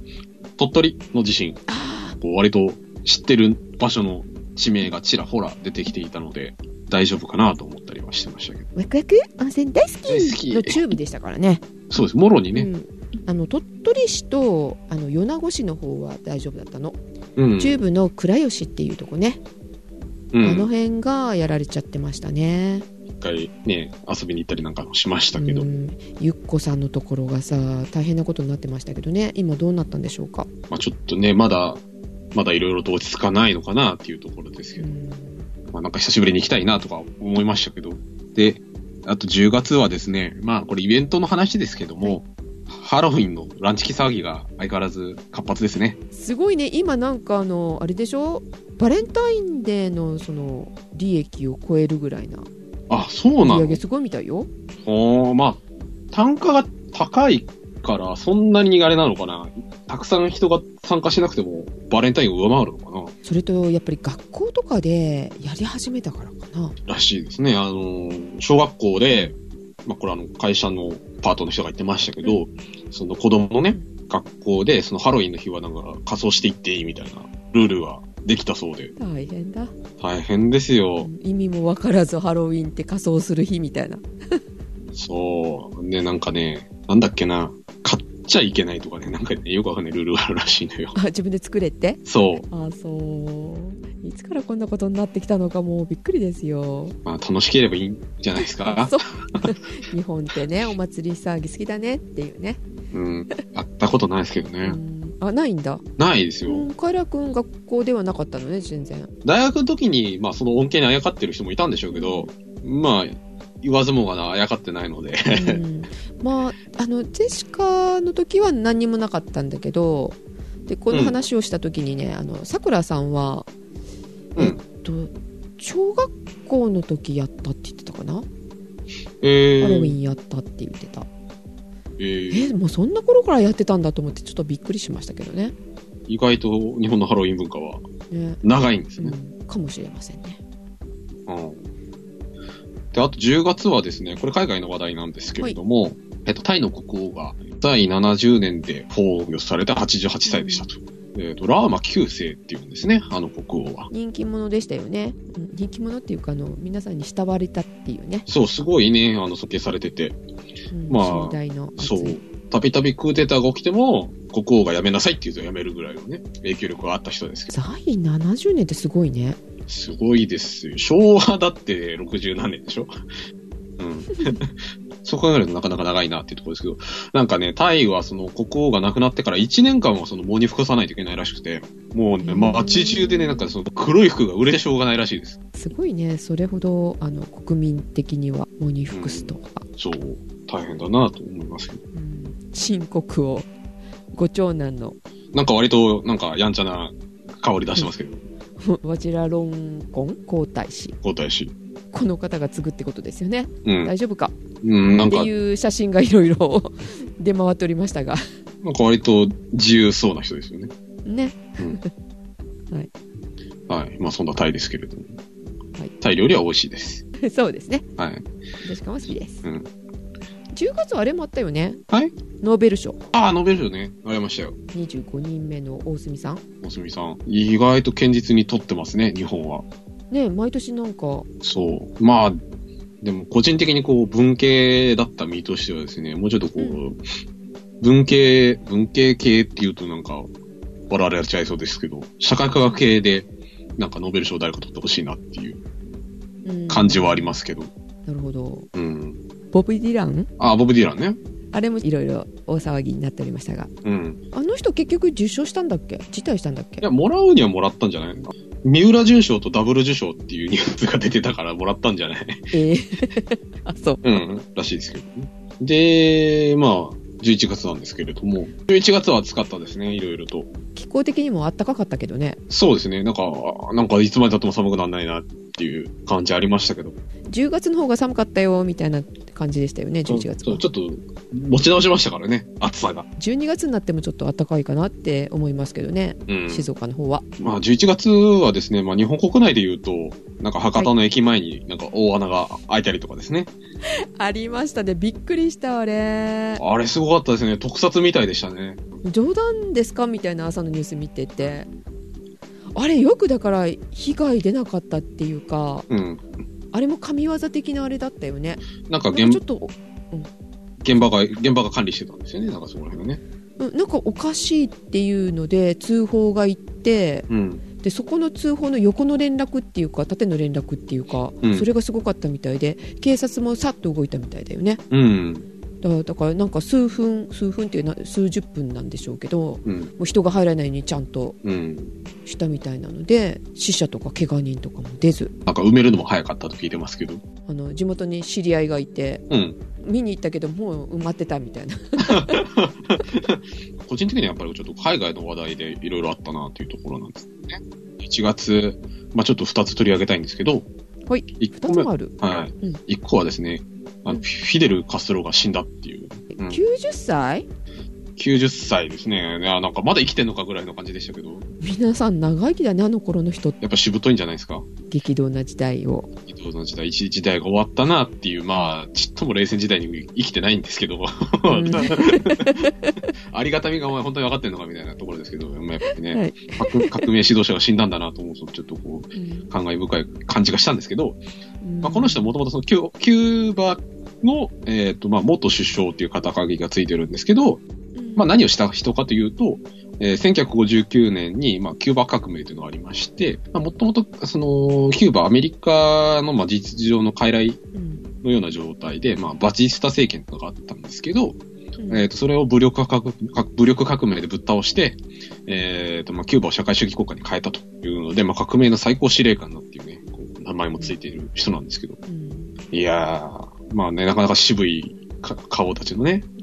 鳥取の地震、こう割と知ってる場所の地名がちらほら出てきていたので、大丈夫かなと思ったりはしてましたけど。 ワクワク温泉大好きのチューブでしたからね。 そうです、もろにね。 うん、あの鳥取市とあの米子市の方は大丈夫だったの。うん、チューブの倉吉っていうとこね、うん、あの辺がやられちゃってましたね。 一回ね遊びに行ったりなんかもしましたけど、うん、 ゆっこさんのところがさ大変なことになってましたけどね。今どうなったんでしょうか。 まあ、ちょっとねまだまだいろいろと落ち着かないのかなっていうところですけど、うん、まあ、なんか久しぶりに行きたいなとか思いましたけど。で、あとじゅうがつはですね、まあこれイベントの話ですけども、はい、ハロウィンのランチキ騒ぎが相変わらず活発ですね。 すごいね。今なんかあのあれでしょ、バレンタインデーのその利益を超えるぐらいな。 あ、そうなの。 売り上げすごいみたいよ。 おー、まあ単価が高いからそんなにあれなのかな。たくさん人が参加しなくてもバレンタインを上回るのかな。 それとやっぱり学校とかでやり始めたからかな。 らしいですね。あの小学校で、まあ、これあの会社のパートの人が言ってましたけど、うん、その子供のね学校でそのハロウィンの日はなんか仮装していっていいみたいなルールができたそうで。 大変だ。 大変ですよ。 意味もわからずハロウィンって仮装する日みたいな。 そうね、なんかね、なんだっけな、買っちゃいけないとかね、なんかね、よくわかんないルールがあるらしいのよ。 あ、自分で作れって？ そう。 あ、そう。いつからこんなことになってきたのかもうびっくりですよ。 まあ楽しければいいんじゃないですか。 そう。日本ってね、お祭り騒ぎ好きだねっていうね。 うん。あったことないですけどね。うん、 あ、ないんだ。 ないですよ。 カイラ君学校ではなかったのね、全然。 大学の時に、まあその恩恵にあやかってる人もいたんでしょうけど、まあ、言わずもがなあやかってないので、うん、 まああのジェシカの時は何にもなかったんだけど、でこの話をした時にね、うん、あのさくらさんは、えっと、うん、 小学校の時やったって言ってたかな、 えー、 ハロウィンやったって言ってた。 えー、 えー、もうそんな頃からやってたんだと思ってちょっとびっくりしましたけどね。 意外と日本のハロウィン文化は長いんですね。 うん、かもしれませんね。 うん。で、あとじゅうがつはですね、これ海外の話題なんですけれども、はい、えっと、タイの国王が第ななじゅうねんで崩御されてはちじゅうはっさいでしたと。うん、えっと、ラーマきゅうせいっていうんですね、あの国王は。 人気者でしたよね。うん、人気者っていうか、あの、皆さんに慕われたっていうね。 そう、すごいね、あの、尊敬されてて。 うん、 まあ、 壮大のそう。たびたびクーデターが起きても、国王が辞めなさいって言うと辞めるぐらいのね、影響力があった人ですけど。 在位ななじゅうねんってすごいね。 すごいですよ。昭和だってろくじゅうなんねんでしょうん。そう考えるとなかなか長いなっていうところですけど、なんかね、タイはその国王が亡くなってからいちねんかんはその喪に服さないといけないらしくて、もうね、街中でね、なんかその黒い服が売れてしょうがないらしいです。 すごいね、それほど、あの、国民的には喪に服すとか、 うん。そう、大変だなと思いますけど。 うん、新国王、ご長男の。 なんか割と、なんかやんちゃな香り出してますけど。 うん、ワジラロンコン皇太子。 皇太子。 この方が継ぐってことですよね。 うん、 大丈夫か、 うん、なんかっていう写真がいろいろ出回っておりましたが。 なんか割と自由そうな人ですよね。 ね。 うん、 はい。 はい。まあそんなタイですけれども。 はい。 タイ料理は美味しいです。 そうですね。 はい。 私も好きです。 うん。 じゅうがつはあれもあったよね。 はい。 ノーベル賞。 ああ、ノーベル賞ね。ありましたよ。 にじゅうごにんめの大隅さん。 大隅さん。意外と堅実に取ってますね、日本は。 ね、毎年なんか。 そう。まあ、でも個人的にこう、文系だった身としてはですね、もうちょっとこう、うん、文系、文系系っていうとなんか、笑われちゃいそうですけど、社会科学系で、なんかノーベル賞誰か取ってほしいなっていう感じはありますけど。 うん、なるほど。 うん。 ボブ・ディラン？ ああ、ボブ・ディランね。 あれもいろいろ大騒ぎになっておりましたが。 うん。あの人結局受賞したんだっけ？辞退したんだっけ？ いや、もらうにはもらったんじゃない？三浦准賞とダブル受賞っていうニュースが出てたからもらったんじゃない？ ええー、あ、そう。 うん、らしいですけどね。で、まあ、じゅういちがつなんですけれども、じゅういちがつは暑かったですね、いろいろと。 気候的にも暖かかったけどね。 そうですね、なんか、なんかいつまで経っても寒くならないなっていう感じありましたけど。 じゅうがつの方が寒かったよ、みたいな感じでしたよね、じゅういちがつは。 そう、ちょっと、持ち直しましたからね、暑さが。 じゅうにがつになってもちょっと暖かいかなって思いますけどね、うん、静岡の方は。 まあ、じゅういちがつはですね、まあ、日本国内で言うと、なんか博多の駅前になんか大穴が開いたりとかですね。 はい、ありましたね、びっくりした、あれ。 あれすごかったですね、特撮みたいでしたね。 冗談ですかみたいな朝のニュース見てて、あれよくだから被害出なかったっていうか、うん、あれも神業的なあれだったよね。 なんか現場、ちょっと、うん、現場が現場が管理してたんですよね、なんかそこら辺がね。 うん、なんかおかしいっていうので通報が行って、うん、でそこの通報の横の連絡っていうか縦の連絡っていうか、うん、それがすごかったみたいで警察もさっと動いたみたいだよね。うん、だから、だからなんか数分数分っていうな数十分なんでしょうけど、うん、もう人が入らないようにちゃんとしたみたいなので、うん、死者とか怪我人とかも出ず、 なんか埋めるのも早かったと聞いてますけど、 あの地元に知り合いがいて、うん、見に行ったけどもう埋まってたみたいな個人的にはやっぱりちょっと海外の話題でいろいろあったなというところなんですね。いちがつ、まあ、ちょっとふたつ取り上げたいんですけど、 はい、ふたつもある。 はい、うん、いっこはですね、あの、うん、フィデル・カストロが死んだっていう、 うん、きゅうじゅっさいきゅうじゅっさいですね。なんかまだ生きてんのかぐらいの感じでしたけど。 皆さん長生きだね、あの頃の人って。 やっぱしぶといんじゃないですか。 激動な時代を。 激動な時代、一時代が終わったなっていう、まあ、ちっとも冷戦時代に生きてないんですけど、うん、ありがたみがお前本当に分かってんのかみたいなところですけど、やっぱりね、はい、革, 革命指導者が死んだんだなと思うと、ちょっとこう、うん、感慨深い感じがしたんですけど、うん、まあ、この人はもともとそのキューバの、えっと、まあ、元首相っていう肩書きがついてるんですけど、まあ何をした人かというと、えー、せんきゅうひゃくごじゅうきゅうねんに、まあ、キューバ革命というのがありまして、まあ、もともと、その、キューバ、アメリカの、まあ、事実上の傀儡のような状態で、まあ、バチスタ政権とかがあったんですけど、うん、えっと、それを武力革、武力革命でぶっ倒して、えっと、まあ、キューバを社会主義国家に変えたというので、まあ、革命の最高司令官だっていうね、こう名前もついている人なんですけど、うん、いやー、まあね、なかなか渋い顔立ちのね、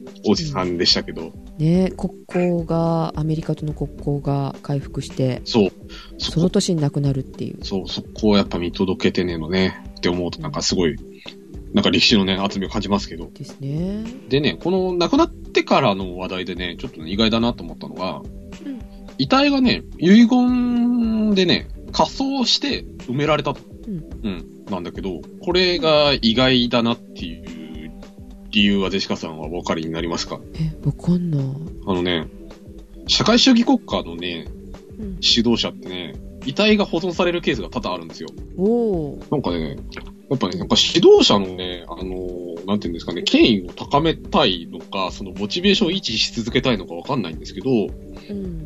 おじさんでしたけど。 ね、国交が、アメリカとの国交が回復して、 そう。 そ, その年に亡くなるっていう。 そう、そこをやっぱ見届けてねえのね、って思うとなんかすごい、なんか歴史のね、厚みを感じますけど。 ですね。 でね、この亡くなってからの話題でね、ちょっと、ね、意外だなと思ったのが、うん、遺体がね、遺言でね、火葬して埋められたと。うん。うん。なんだけど、これが意外だなっていう理由はジェシカさんはお分かりになりますか？ え、わかんない。 あのね、社会主義国家のね、うん、指導者ってね、遺体が保存されるケースが多々あるんですよ。 おー。 なんかね、やっぱね、なんか指導者のね、あのー、なんていうんですかね、権威を高めたいのか、そのモチベーションを維持し続けたいのかわかんないんですけど、うん、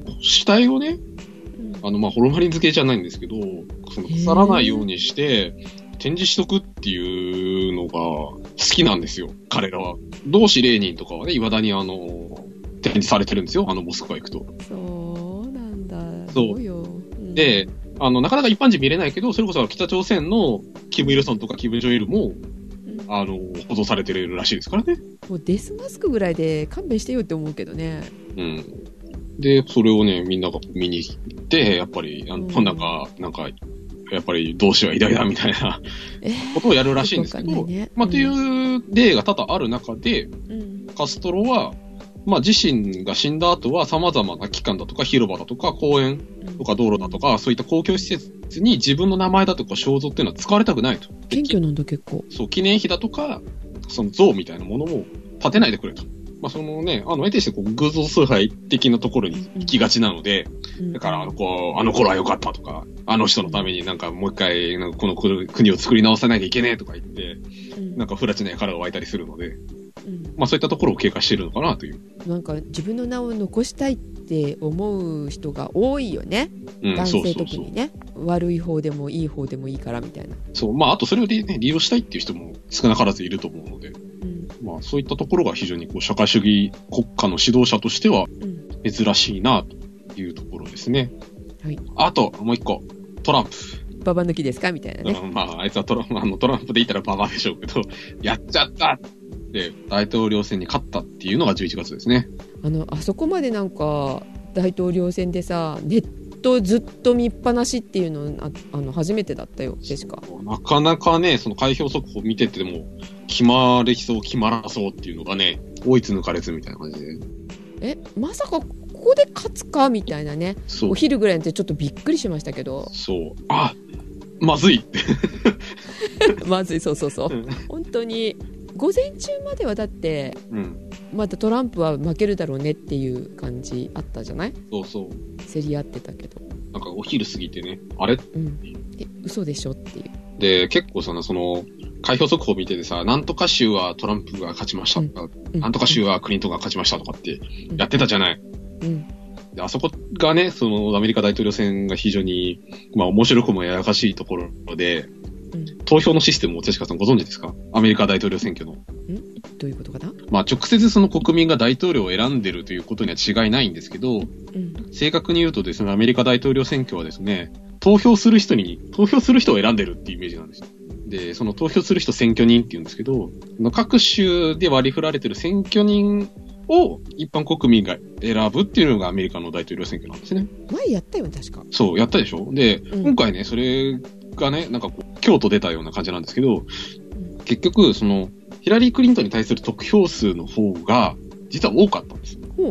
死体をね、あの、まあ、ホルマリン漬けじゃないんですけど、その腐らないようにして、展示しとくっていうのが好きなんですよ、彼らは。同志レーニンとかはね、未だにあの、展示されてるんですよ、あのモスクワ行くと。 そうなんだ。 そう。ようん、で、あの、なかなか一般人見れないけど、それこそ北朝鮮のキム・イルソンとかキム・ジョイルも、うん、あの、保存されてるらしいですからね。 もうデスマスクぐらいで勘弁してよって思うけどね。 うん。で、それをね、みんなが見に行って、やっぱり、あの、うん、なんか、なんか、やっぱり同志は偉大だみたいなことをやるらしいんですけど、えーね、まあ、っていう例が多々ある中で、うん、カストロは、まあ、自身が死んだ後は様々な機関だとか広場だとか公園とか道路だとか、うん、そういった公共施設に自分の名前だとか肖像っていうのは使われたくないと。 謙虚なんだ結構。 そう、記念碑だとか、その像みたいなものも建てないでくれと。まあ、そのね、あの、得てしてこう、偶像崇拝的なところに行きがちなので、うん、だから、あの、こう、あの頃は良かったとか、あの人のためになんかもう一回、なんかこの国を作り直さなきゃいけねえとか言って、うん、なんか不埒な輩が湧いたりするので、うん、まあそういったところを経過しているのかなという。 なんか自分の名を残したいって思う人が多いよね。うん、男性特にね。そうそうそう。悪い方でもいい方でもいいからみたいな。 そう、まああとそれを、ね、利用したいっていう人も少なからずいると思うので、うん、まあそういったところが非常にこう社会主義国家の指導者としては珍しいなというところですね。うん、はい。あともう一個、トランプ。 ババ抜きですかみたいなね。 うん、まああいつはトランプ、あのトランプで言ったらババでしょうけど、やっちゃったで大統領選に勝ったっていうのがじゅういちがつですね。 あのあそこまでなんか大統領選でさネットずっと見っぱなしっていうの あ, あの初めてだったよ確か。 なかなかねその開票速報見てても決まりそう決まらそうっていうのがね追いつ抜かれずみたいな感じで。 えまさかここで勝つかみたいなね。お昼ぐらいにちょっとびっくりしましたけど。 そうあまずいってまずいそうそうそう本当に。午前中まではだって、うん、またトランプは負けるだろうねっていう感じあったじゃない？ そうそう。 競り合ってたけど。 なんかお昼過ぎてね、あれ、うん、 え、嘘でしょっていう。 で、結構その、その、開票速報見ててさ、なんとか州はトランプが勝ちましたとか、うん、なんとか州はクリントンが勝ちましたとかってやってたじゃない。うん。うん、であそこがね、そのアメリカ大統領選が非常に、まあ面白くもやらかしいところで、うん、投票のシステムをジェシカさんご存知ですか？アメリカ大統領選挙の。ん？ どういうことかな？ まあ直接その国民が大統領を選んでるということには違いないんですけど、うん、正確に言うとですね、アメリカ大統領選挙はですね、投票する人に、投票する人を選んでるっていうイメージなんですよ。で、その投票する人選挙人って言うんですけど、各州で割り振られてる選挙人を一般国民が選ぶっていうのがアメリカの大統領選挙なんですね。 前やったよね、確か。 そう、やったでしょ？で、うん、今回ね、それがね、なんかこう、京都出たような感じなんですけど、うん、結局、その、ヒラリー・クリントンに対する得票数の方が、実は多かったんですよ。うん、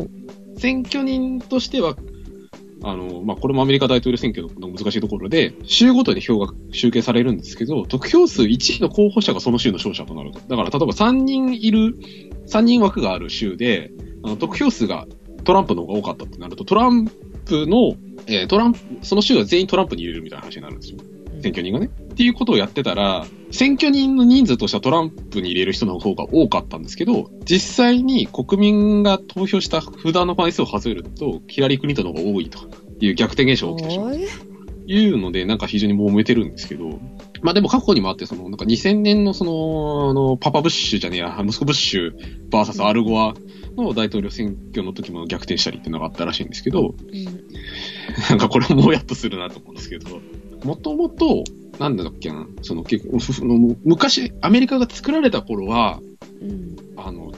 選挙人としては、あの、まあ、これもアメリカ大統領選挙の難しいところで、州ごとに票が集計されるんですけど、得票数いちいの候補者がその州の勝者となると。だから、例えばさんにんいる、さんにん枠がある州で、あの得票数がトランプの方が多かったってなると、トランプの、えー、トランプ、その州は全員トランプに入れるみたいな話になるんですよ。選挙人がね。っていうことをやってたら、選挙人の人数としてはトランプに入れる人の方が多かったんですけど、実際に国民が投票した札の枚数を数えると、ヒラリー・クリントンの方が多いという逆転現象が起きてしまう。いうので、なんか非常に揉めてるんですけど、まあでも過去にもあって、その、なんかにせんねんのその、あの、パパブッシュじゃねえや、息子ブッシュ ブイエス アルゴアの大統領選挙の時も逆転したりっていうのがあったらしいんですけど、うん、なんかこれももやっとするなと思うんですけど、もともと、なんだっけな、その結構、昔、アメリカが作られた頃は、うん、あの、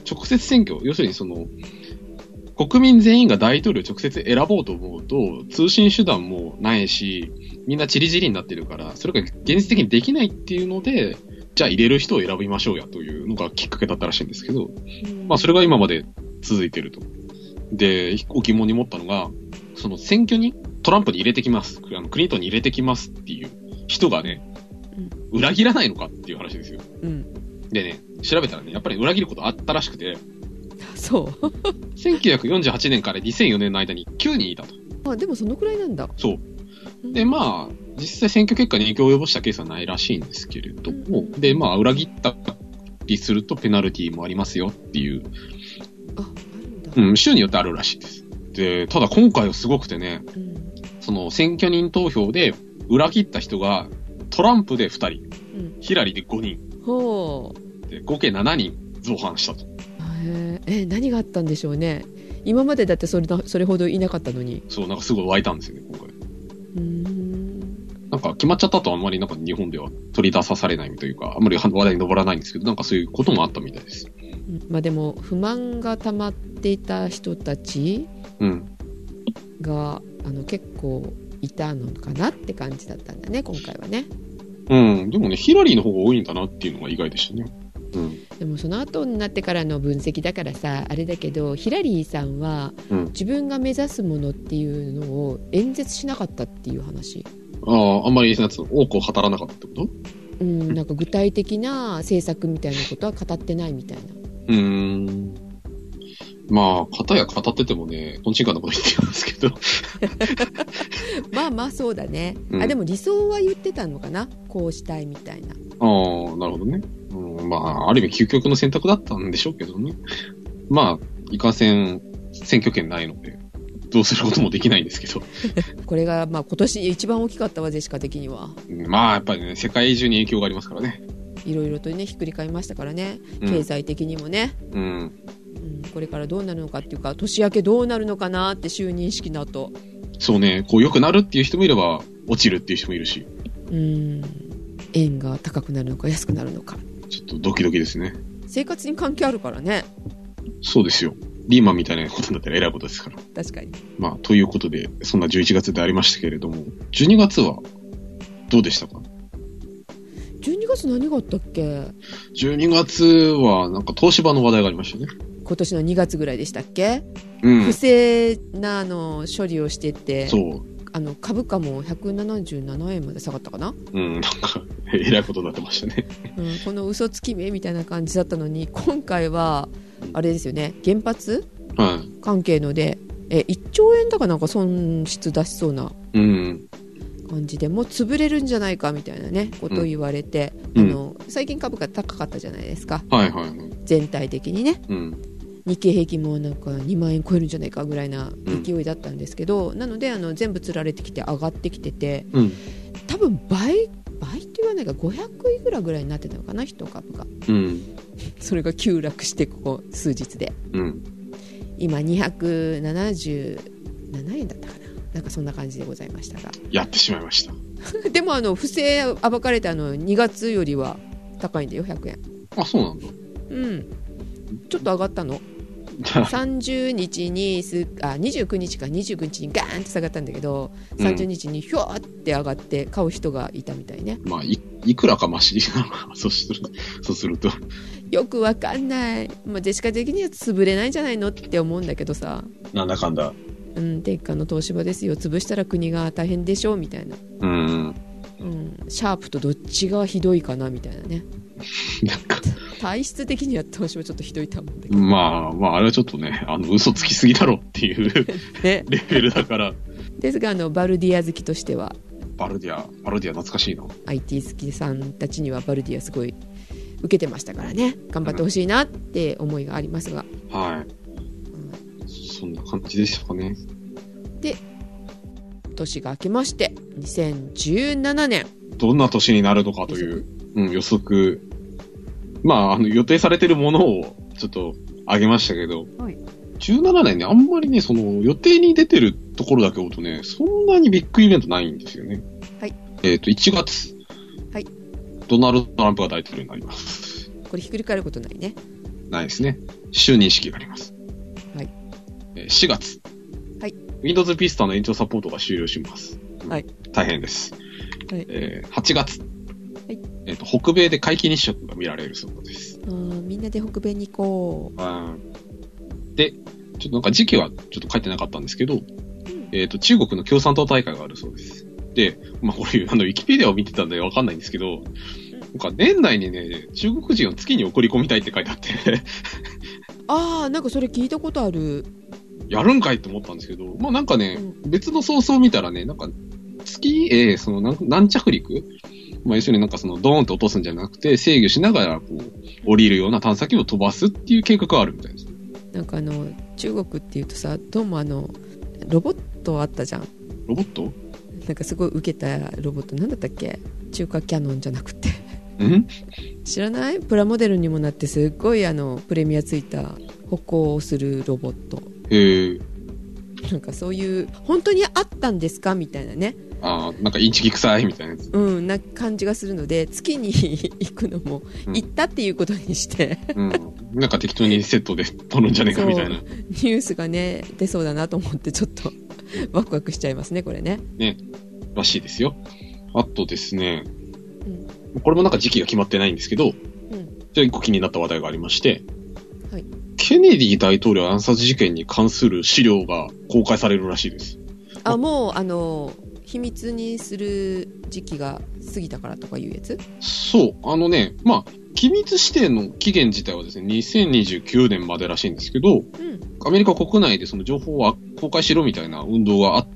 直接選挙、要するにその、国民全員が大統領を直接選ぼうと思うと、通信手段もないし、みんなチリチリになってるから、それが現実的にできないっていうので、じゃあ入れる人を選びましょうやというのがきっかけだったらしいんですけど、まあそれが今まで続いてると。で、一個疑問に持ったのが、その選挙にトランプに入れてきます、あのクリントンに入れてきますっていう人がね、うん、裏切らないのかっていう話ですよ。うん、でね、調べたらね、やっぱり裏切ることあったらしくて、 そうせんきゅうひゃくよんじゅうはちねんからにせんよねんの間にきゅうにんいたと。 あ、でもそのくらいなんだ。 そう。で、まあ、実際選挙結果に影響を及ぼしたケースはないらしいんですけれども、うん、で、まあ、裏切ったりするとペナルティもありますよっていう。 あ、あるんだ。 うん、州によってあるらしいです。で、ただ今回はすごくてね、うん、その選挙人投票で裏切った人がトランプでふたり、うん、ヒラリーでごにん。ほう。で、合計しちにん造反したと。 へえ、何があったんでしょうね。今までだってそれだ、それほどいなかったのに。 そう、なんかすごい湧いたんですよね、今回。うーん。なんか決まっちゃったとあんまりなんか日本では取り出さされないというか、あんまり話題に上らないんですけど、なんかそういうこともあったみたいです。 うん、まあでも、不満が溜まっていた人たちが、うん、あの結構いたのかなって感じだったんだね、今回はね。 うん、でもね、ヒラリーの方が多いんだなっていうのが意外でしたね。うん、 でもその後になってからの分析だからさ、あれだけどヒラリーさんは自分が目指すものっていうのを演説しなかったっていう話。 ああ、あんまり多くを語らなかったってこと？ うん、なんか具体的な政策みたいなことは語ってないみたいな。 うーん。まあ、片や語っててもね、とんちんかんなこと言ってますけど。 まあまあそうだね、うん。あ、でも理想は言ってたのかな、こうしたいみたいな。 ああ、なるほどね。うん、まあ、ある意味究極の選択だったんでしょうけどね。まあ、いかんせん選挙権ないので、どうすることもできないんですけど。 これが、まあ今年一番大きかったわ、ジェシカ的には。 まあ、やっぱりね、世界中に影響がありますからね。 いろいろとね、ひっくり返りましたからね。経済的にもね。うん。うん、これからどうなるのかっていうか、年明けどうなるのかなって就任式の後。 そうね、こう良くなるっていう人もいれば、落ちるっていう人もいるし。 うん。円が高くなるのか安くなるのか。 ちょっとドキドキですね。 生活に関係あるからね。 そうですよ。リーマンみたいなことになったら偉いことですから。 確かに。 まあ、ということで、そんなじゅういちがつでありましたけれども、じゅうにがつはどうでしたか？ じゅうにがつ何があったっけ？ じゅうにがつはなんか東芝の話題がありましたね。 今年のにがつぐらいでしたっけ？うん。不正なあの処理をしてて、そう。あの株価もひゃくななじゅうななえんまで下がったかな。 うん、なんかえらいことになってましたね。 うん、この嘘つきめみたいな感じだったのに、今回はあれですよね、原発、はい、関係のでえいっちょうえんだかなんか損失出しそうな感じで、もう潰れるんじゃないかみたいなねことを言われて、うん、あの最近株価高かったじゃないですか、はいはいはい、全体的にね、うん、日経平均もなんかにまんえん超えるんじゃないかぐらいな勢いだったんですけど、うん、なのであの全部つられてきて上がってきてて、うん、多分倍倍って言わないかごひゃくいくらぐらいになってたのかな、いち株が、うん、それが急落してここ数日で、うん、今にひゃくななじゅうななえんだったかな、なんかそんな感じでございましたが、 やってしまいましたでもあの不正暴かれたあのにがつよりは高いんだよ、ひゃくえん。あ、 そうなんだ。 うん、ちょっと上がったのさんじゅうにちにすあにじゅうくにちかにじゅうくにちにガーンって下がったんだけど、さんじゅうにちにひょーって上がって買う人がいたみたいね。 まあ い, いくらかマシなのかそうするそうするとよくわかんない、まあ、ジェシカ的には潰れないんじゃないのって思うんだけどさ、 なんだかんだ、 うん、天下の東芝ですよ、潰したら国が大変でしょみたいな、うん、うん、シャープとどっちがひどいかなみたいなねなんか体質的には東芝ちょっとひどいと思うんだけど、 まあまああれはちょっとね、あの嘘つきすぎだろっていうレベルだからですが、あのバルディア好きとしては、 バルディアバルディア懐かしいな、 アイティー 好きさんたちにはバルディアすごい受けてましたからね、頑張ってほしいなって思いがありますが、 うん、はい、うん、そんな感じでしたかね。 で年が明けましてにせんじゅうななねん、 どんな年になるのかという、うん、予測、まあ、あの予定されてるものをちょっと挙げましたけど、はい、じゅうななねんね、あんまりね、その予定に出てるところだけ追うとね、そんなにビッグイベントないんですよね。はい。えっと、いちがつ。はい。ドナルド・トランプが大統領になります。 これひっくり返ることないね。 ないですね。 就任式があります。 はい。 えー、しがつ。 はい。 Windows Vista の延長サポートが終了します。 はい。 大変です。 はい。 えー、はちがつ。 はい。 えっと、北米で皆既日食が見られるそうです。 あー、みんなで北米に行こう。 あで、ちょっとなんか時期はちょっと書いてなかったんですけど、うん、えっと、中国の共産党大会があるそうです。で、まあ、これ、あの、ウィキペディアを見てたんでわかんないんですけど、なんか年内にね、中国人を月に送り込みたいって書いてあってあー、なんかそれ聞いたことある。 やるんかいって思ったんですけど、まあなんかね、うん、別のソースを見たらね、なんか月へその何何着陸、まあ要するになんかそのドーンって落とすんじゃなくて制御しながらこう降りるような探査機を飛ばすっていう計画があるみたいです。 なんかあの中国っていうとさ、どうもあのロボットあったじゃん。 ロボット？ なんかすごい受けたロボットなんだったっけ？中華キャノンじゃなくて。 ん？ 知らない？プラモデルにもなってすっごいあのプレミアついた歩行をするロボット。 へえ。 なんかそういう本当にあったんですかみたいなね。 ああ、なんかインチキ臭いみたいなやつ。 うん、な感じがするので月に行くのも行ったっていうことにして、 うん、うん、なんか適当にセットで取るんじゃねえかみたいなニュースがね出そうだなと思ってちょっとワクワクしちゃいますねこれね。 ね、らしいですよ。あとですね、うん、これもなんか時期が決まってないんですけど、うん、じゃあ一個気になった話題がありまして、はい、ケネディ大統領暗殺事件に関する資料が公開されるらしいです。 あ、もうあの秘密にする時期が過ぎたからとかいうやつ？ そう、あのね、まあ機密指定の期限自体はですね、にせんにじゅうきゅうねんまでらしいんですけど、うん、アメリカ国内でその情報は公開しろみたいな運動があって、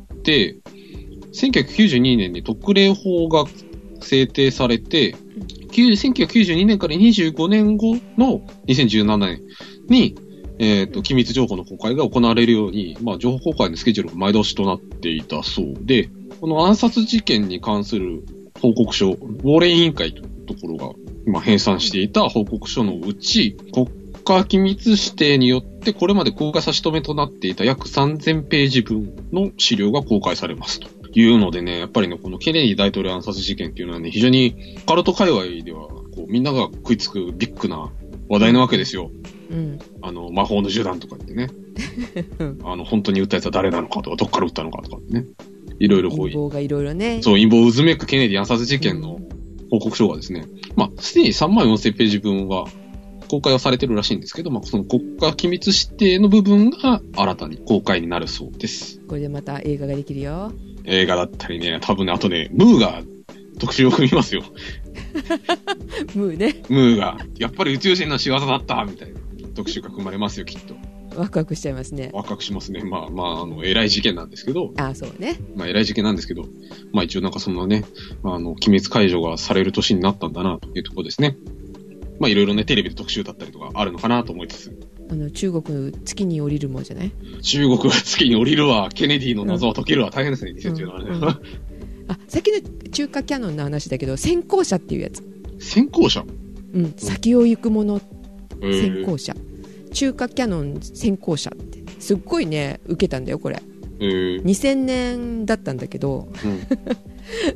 せんきゅうひゃくきゅうじゅうにねんに特例法が制定されて、うん、せんきゅうひゃくきゅうじゅうにねんからにじゅうごねんごのにせんじゅうななねんに、えっと、機密情報の公開が行われるように、まあ、情報公開のスケジュールが前倒しとなっていたそうで、この暗殺事件に関する報告書、ウォーレン委員会というところが今編纂していた報告書のうち、国家機密指定によってこれまで公開差し止めとなっていた約さんぜんページ分の資料が公開されますというのでね、やっぱりね、このケネディ大統領暗殺事件っていうのはね、非常にカルト界隈ではこうみんなが食いつくビッグな話題なわけですよ。うん、あの魔法の銃弾とかってねあの本当に撃ったやつは誰なのかとかどっから撃ったのかとかね、いろいろこう陰謀がいろいろね、 そう陰謀を渦めくケネディ暗殺事件の報告書がですね、うん、まあすでにさんまんよんせんページ分は公開はされてるらしいんですけど、まあその国家機密指定の部分が新たに公開になるそうです。 これでまた映画ができるよ。 映画だったりね、多分ね、あとね、ムーが特集を組みますよ。 ムーね。 ムーがやっぱり宇宙人の仕業だったみたいな特集が組まれますよ、きっと。 ワクワクしちゃいますね。 ワクワクしますね。まあまあ、あの、偉い事件なんですけど。 ああ、そうね。 まあ、偉い事件なんですけど、まあ一応なんかそのね、あの、機密解除がされる年になったんだな、というところですね。まあいろいろね、テレビで特集だったりとかあるのかなと思いつつ。 あの、中国月に降りるもんじゃない？ 中国が月に降りるわ、ケネディの謎は解けるわ、大変ですね、にせんじゅうななねん。うんうん、 あ、さっきの中華キャノンの話だけど、先行者っていうやつ。 先行者？ うん、先を行くもの、先行者。中華キャノン先行者ってすっごいね受けたんだよこれ、えー、にせんねんだったんだけど、うん、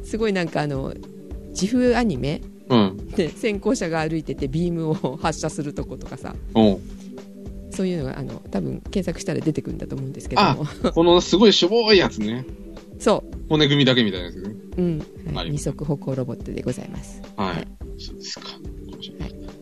すごいなんかあの自負アニメ、うん、で先行者が歩いててビームを発射するとことかさ、そういうのがあの多分検索したら出てくるんだと思うんですけども、 あ、このすごいしょぼいやつね。 そう骨組みだけみたいなやつね。 うん、はい、二足歩行ロボットでございます。 はい、はい、そうですか。はい、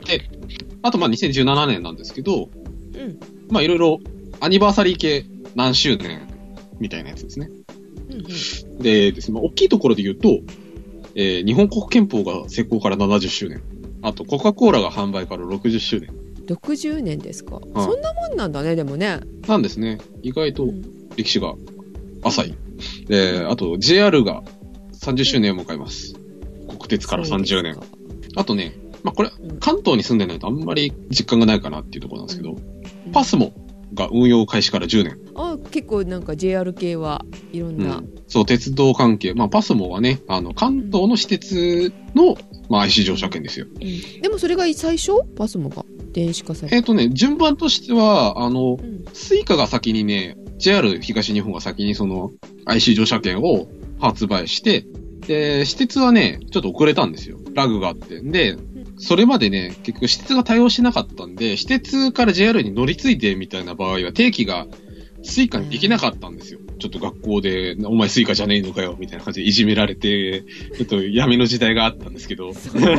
であとまあにせんじゅうななねんなんですけど、うん、まあいろいろアニバーサリー系何周年みたいなやつですね。うんうん、でですね、まあ、大きいところで言うと、えー、日本国憲法が施行からななじゅっしゅうねん、あとコカ・コーラが販売からろくじゅっしゅうねん。 ろくじゅうねんですか、うん、そんなもんなんだね。でもね、 なんですね。意外と歴史が浅い。うん、であと ジェイアール がさんじゅっしゅうねんを迎えます。うん、国鉄からさんじゅうねん。あとね、まあこれ、うん、関東に住んでないとあんまり実感がないかなっていうところなんですけど、うん、パスモが運用開始からじゅうねん。 あ、結構なんか ジェイアール 系はいろんな、うん、 そう、鉄道関係、まあパスモはね、あの関東の私鉄の、まあ アイシー 乗車券ですよ。 うん、でもそれが最初パスモが電子化された。 えっとね、順番としてはあの、うん、スイカが先にね、ジェイアール 東日本が先にその アイシー 乗車券を発売して、で私鉄はねちょっと遅れたんですよ。ラグがあって。でそれまでね、結局私鉄が対応しなかったんで、私鉄から ジェイアール に乗り継いでみたいな場合は定期がスイカにできなかったんですよ。ちょっと学校で、お前スイカじゃねえのかよ、みたいな感じでいじめられて、ちょっと闇の時代があったんですけど。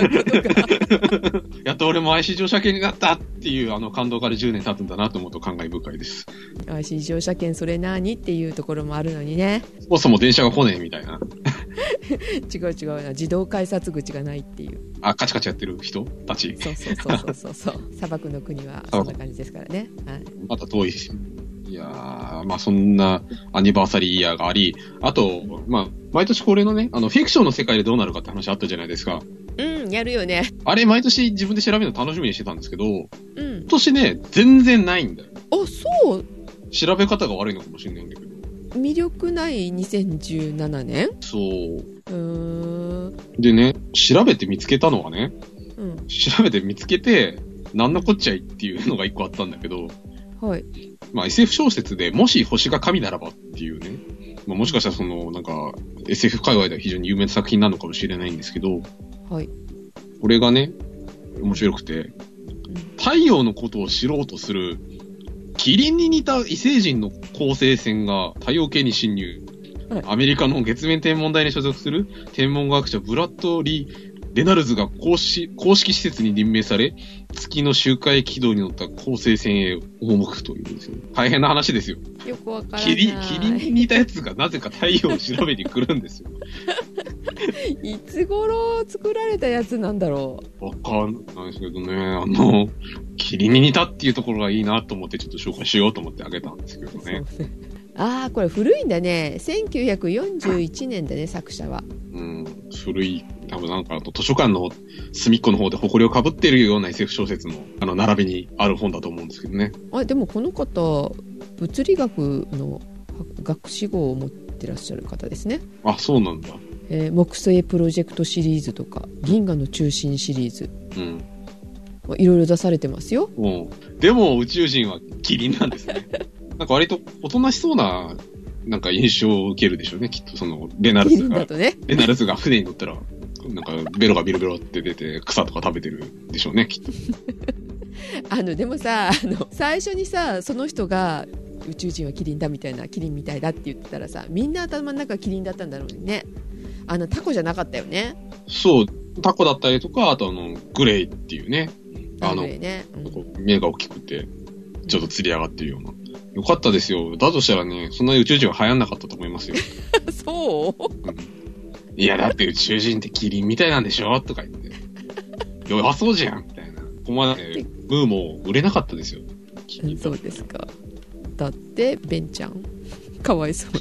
やっと俺も アイシー 乗車券になったっていうあの感動からじゅうねん経つんだなと思うと感慨深いです。 アイシー 乗車券それ何っていうところもあるのにね。 そもそも電車が来ねえみたいな。 違う違うな、自動改札口がないっていう。 あ、カチカチやってる人たち。 そうそうそうそうそう。砂漠の国はそんな感じですからね。はい、 また遠いし。いやー、まあそんなアニバーサリーイヤーがあり、あと、まあ、毎年恒例のね、あの、フィクションの世界でどうなるかって話あったじゃないですか。 うん、やるよね。 あれ、毎年自分で調べるの楽しみにしてたんですけど、うん、 今年ね、全然ないんだよ。 あ、そう。 調べ方が悪いのかもしれないんだけど。 魅力ないにせんじゅうななねん？ そう。うーん。 でね、調べて見つけたのはね、 うん、 調べて見つけて、なんのこっちゃいっていうのが一個あったんだけど、 はい。 まあ エスエフ 小説でもし星が神ならばっていうね、まあ、もしかしたらそのなんか エスエフ 界隈では非常に有名な作品なのかもしれないんですけど、 はい。 これがね、面白くて、うん、太陽のことを知ろうとするキリンに似た異星人の恒星船が太陽系に侵入。はい、アメリカの月面天文台に所属する天文学者ブラッドリー・レナルズが公式、公式施設に任命され、月の周回軌道に乗った恒星船へ赴くというですね。大変な話ですよ。 よくわからない。 キリン、キリンに似たやつがなぜか太陽を調べに来るんですよ。 いつ頃作られたやつなんだろう。わかんないですけどね、あの、キリンに似たっていうところがいいなと思ってちょっと紹介しようと思ってあげたんですけどね。 ああ、これ古いんだね。せんきゅうひゃくよんじゅういちねんだね、作者は。 うん、古い。多分なんかあと図書館の隅っこの方で埃をかぶってるような エスエフ 小説のあの並びにある本だと思うんですけどね。 あ、でもこの方、物理学の学士号を持ってらっしゃる方ですね。 あ、そうなんだ。 えー、木星プロジェクトシリーズとか、銀河の中心シリーズ。うん。いろいろ出されてますよ。 うん。でも宇宙人はキリンなんですね。なんか割とおとなしそうな、なんか印象を受けるでしょうね、きっとその、レナルズが。ね、レナルズが船に乗ったら、なんかベロがビロビロって出て草とか食べてるでしょうね、きっと。 あの、でもさ、あの、最初にさ、その人が宇宙人はキリンだみたいな、キリンみたいだって言ってたらさ、みんな頭の中キリンだったんだろうね。あの、タコじゃなかったよね。そう、 タコだったりとか、あとあの、グレイっていうね。あの、 グレイね。 うん、目が大きくて、ちょっと釣り上がってるような。よかったですよ。だとしたらね、そんな宇宙人は流行んなかったと思いますよ。 そう、 うん、いや、だって宇宙人ってキリンみたいなんでしょとか言って。弱そうじゃんみたいな。ここまで、ムーも売れなかったですよ。 そうですか。だって、ベンちゃん。かわいそう。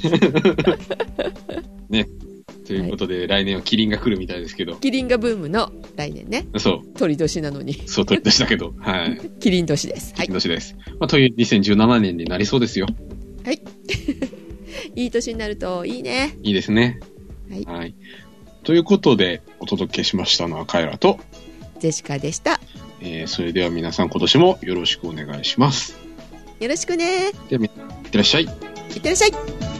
ね。ということで、はい、来年はキリンが来るみたいですけど。 キリンがブームの来年ね。 そう。 鳥年なのに。 そう、鳥年だけど。はい。 キリン年です。 キリン年です。はい、まあ、というにせんじゅうななねんになりそうですよ。 はい。いい年になるといいね。 いいですね。 はい。 はい。ということで、お届けしましたのはカエラと、 ジェシカでした。 えー、それでは皆さん今年もよろしくお願いします。 よろしくね。 では、いってらっしゃい。いってらっしゃい。